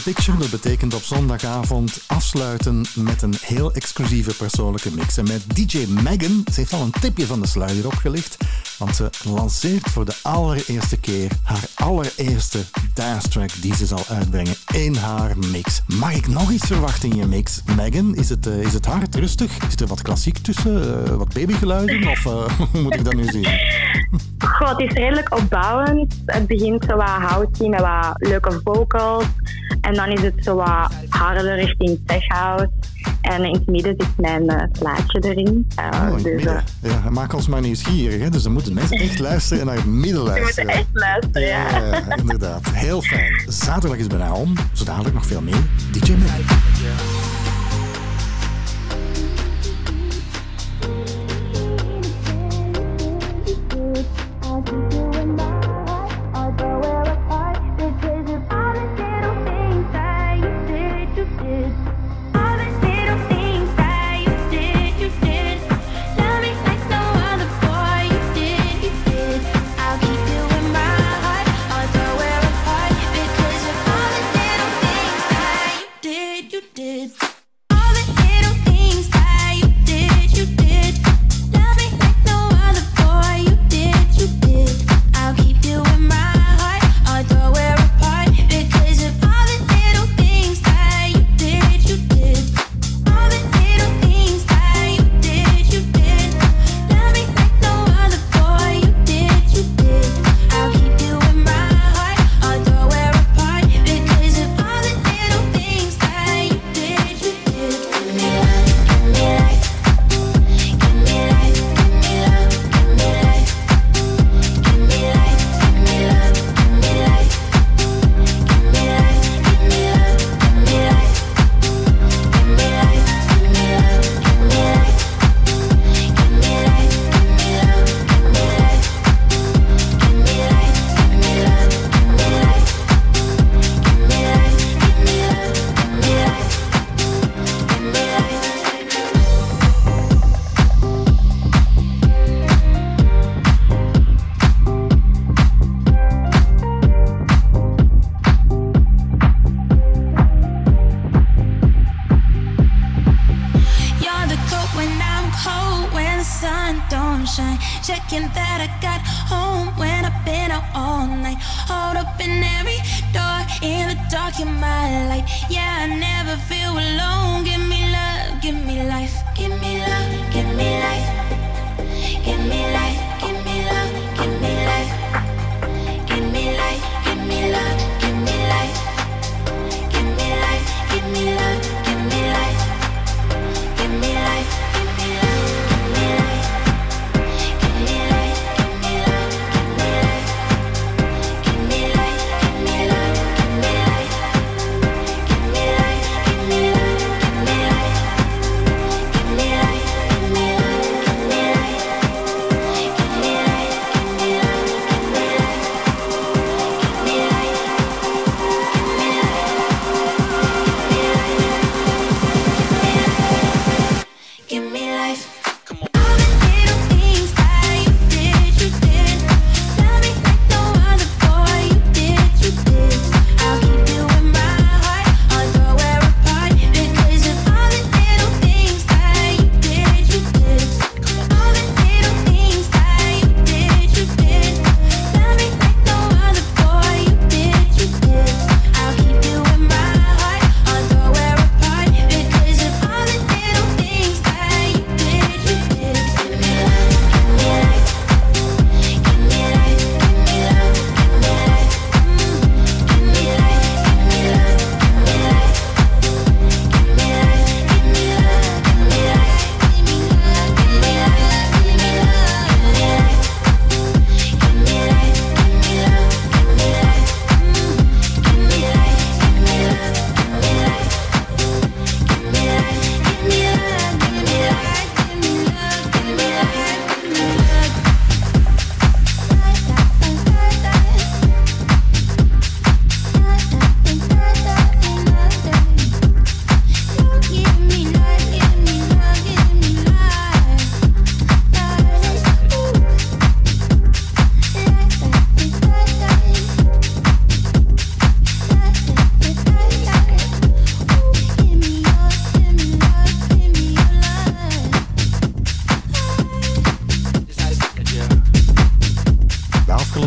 Picture. Dat betekent op zondagavond afsluiten met een heel exclusieve persoonlijke mix. En met DJ Megan, ze heeft al een tipje van de sluier opgelicht, want ze lanceert voor de allereerste keer haar allereerste dance track die ze zal uitbrengen in haar mix. Mag ik nog iets verwachten in je mix, Megan? Is het hard, rustig? Zit er wat klassiek tussen? Wat babygeluiden? Of hoe moet ik dat nu zien? Goh, het is redelijk opbouwend. Het begint zo wat housey met wat leuke vocals. En dan is het zo wat harder richting tech house. En in het midden zit mijn plaatje erin. Ja, maak ons maar nieuwsgierig. Hè? Dus dan moeten mensen echt luisteren en naar het midden luisteren. Ze moeten echt luisteren, ja. Inderdaad. Heel fijn. Zaterdag is bijna om. Zo dadelijk nog veel meer. DJ Megan.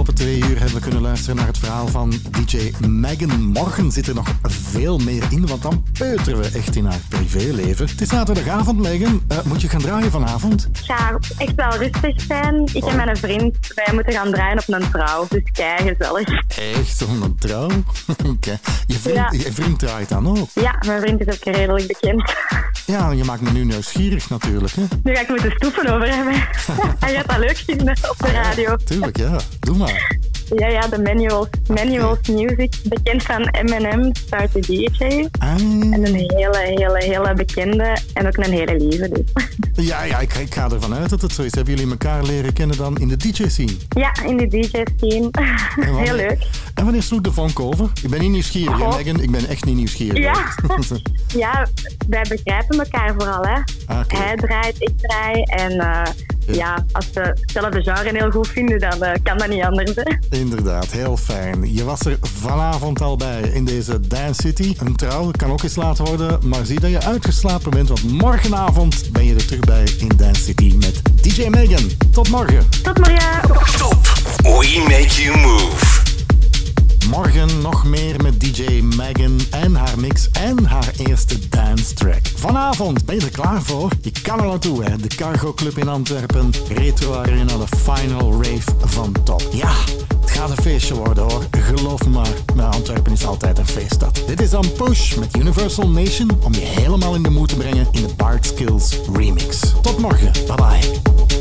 afgelopen 2 uur hebben we kunnen luisteren naar het verhaal van DJ Megan. Morgen zit er nog veel meer in, want dan peuteren we echt in haar privéleven. Het is zaterdagavond, Megan. Moet je gaan draaien vanavond? Het gaat echt wel rustig zijn. Ik en mijn vriend, wij moeten gaan draaien op een trouw. Dus kei gezellig. Echt, op een trouw? Okay. Je vriend draait dan ook? Ja, mijn vriend is ook redelijk bekend. Ja, je maakt me nu nieuwsgierig natuurlijk. Hè? Nu ga ik moeten stoeven over hebben. Hij gaat dat leuk vinden op de radio. Tuurlijk, ja. Doe maar. Ja, de Manuals Music. Bekend van Eminem, Start the DJ. En een hele bekende en ook een hele lieve. Dus. Ja, ik ga ervan uit dat het zo is. Hebben jullie elkaar leren kennen dan in de DJ-scene? Ja, in de DJ-scene. Heel leuk. En wanneer sloeg de vonk over? Ik ben niet nieuwsgierig, hè, Megan? Ik ben echt niet nieuwsgierig. Ja, wij begrijpen elkaar vooral, hè. Okay. Hij draait, ik draai. En als we hetzelfde genre heel goed vinden, dan kan dat niet anders, hè. Inderdaad, heel fijn. Je was er vanavond al bij in deze Dance City. Een trouw kan ook eens laat worden, maar zie dat je uitgeslapen bent, want morgenavond ben je er terug bij in Dance City met DJ Megan. Tot morgen. Tot morgen. Top. We make you move. Morgen nog meer met DJ Megan en haar mix en haar eerste dance track. Vanavond, ben je er klaar voor? Je kan er naartoe, hè? De Cargo Club in Antwerpen. Retro Arena, de final rave van Top. Ja, het gaat een feestje worden, hoor. Geloof me maar Antwerpen is altijd een feeststad. Dit is dan Push met Universal Nation om je helemaal in de mood te brengen in de Bart Skills remix. Tot morgen. Bye bye.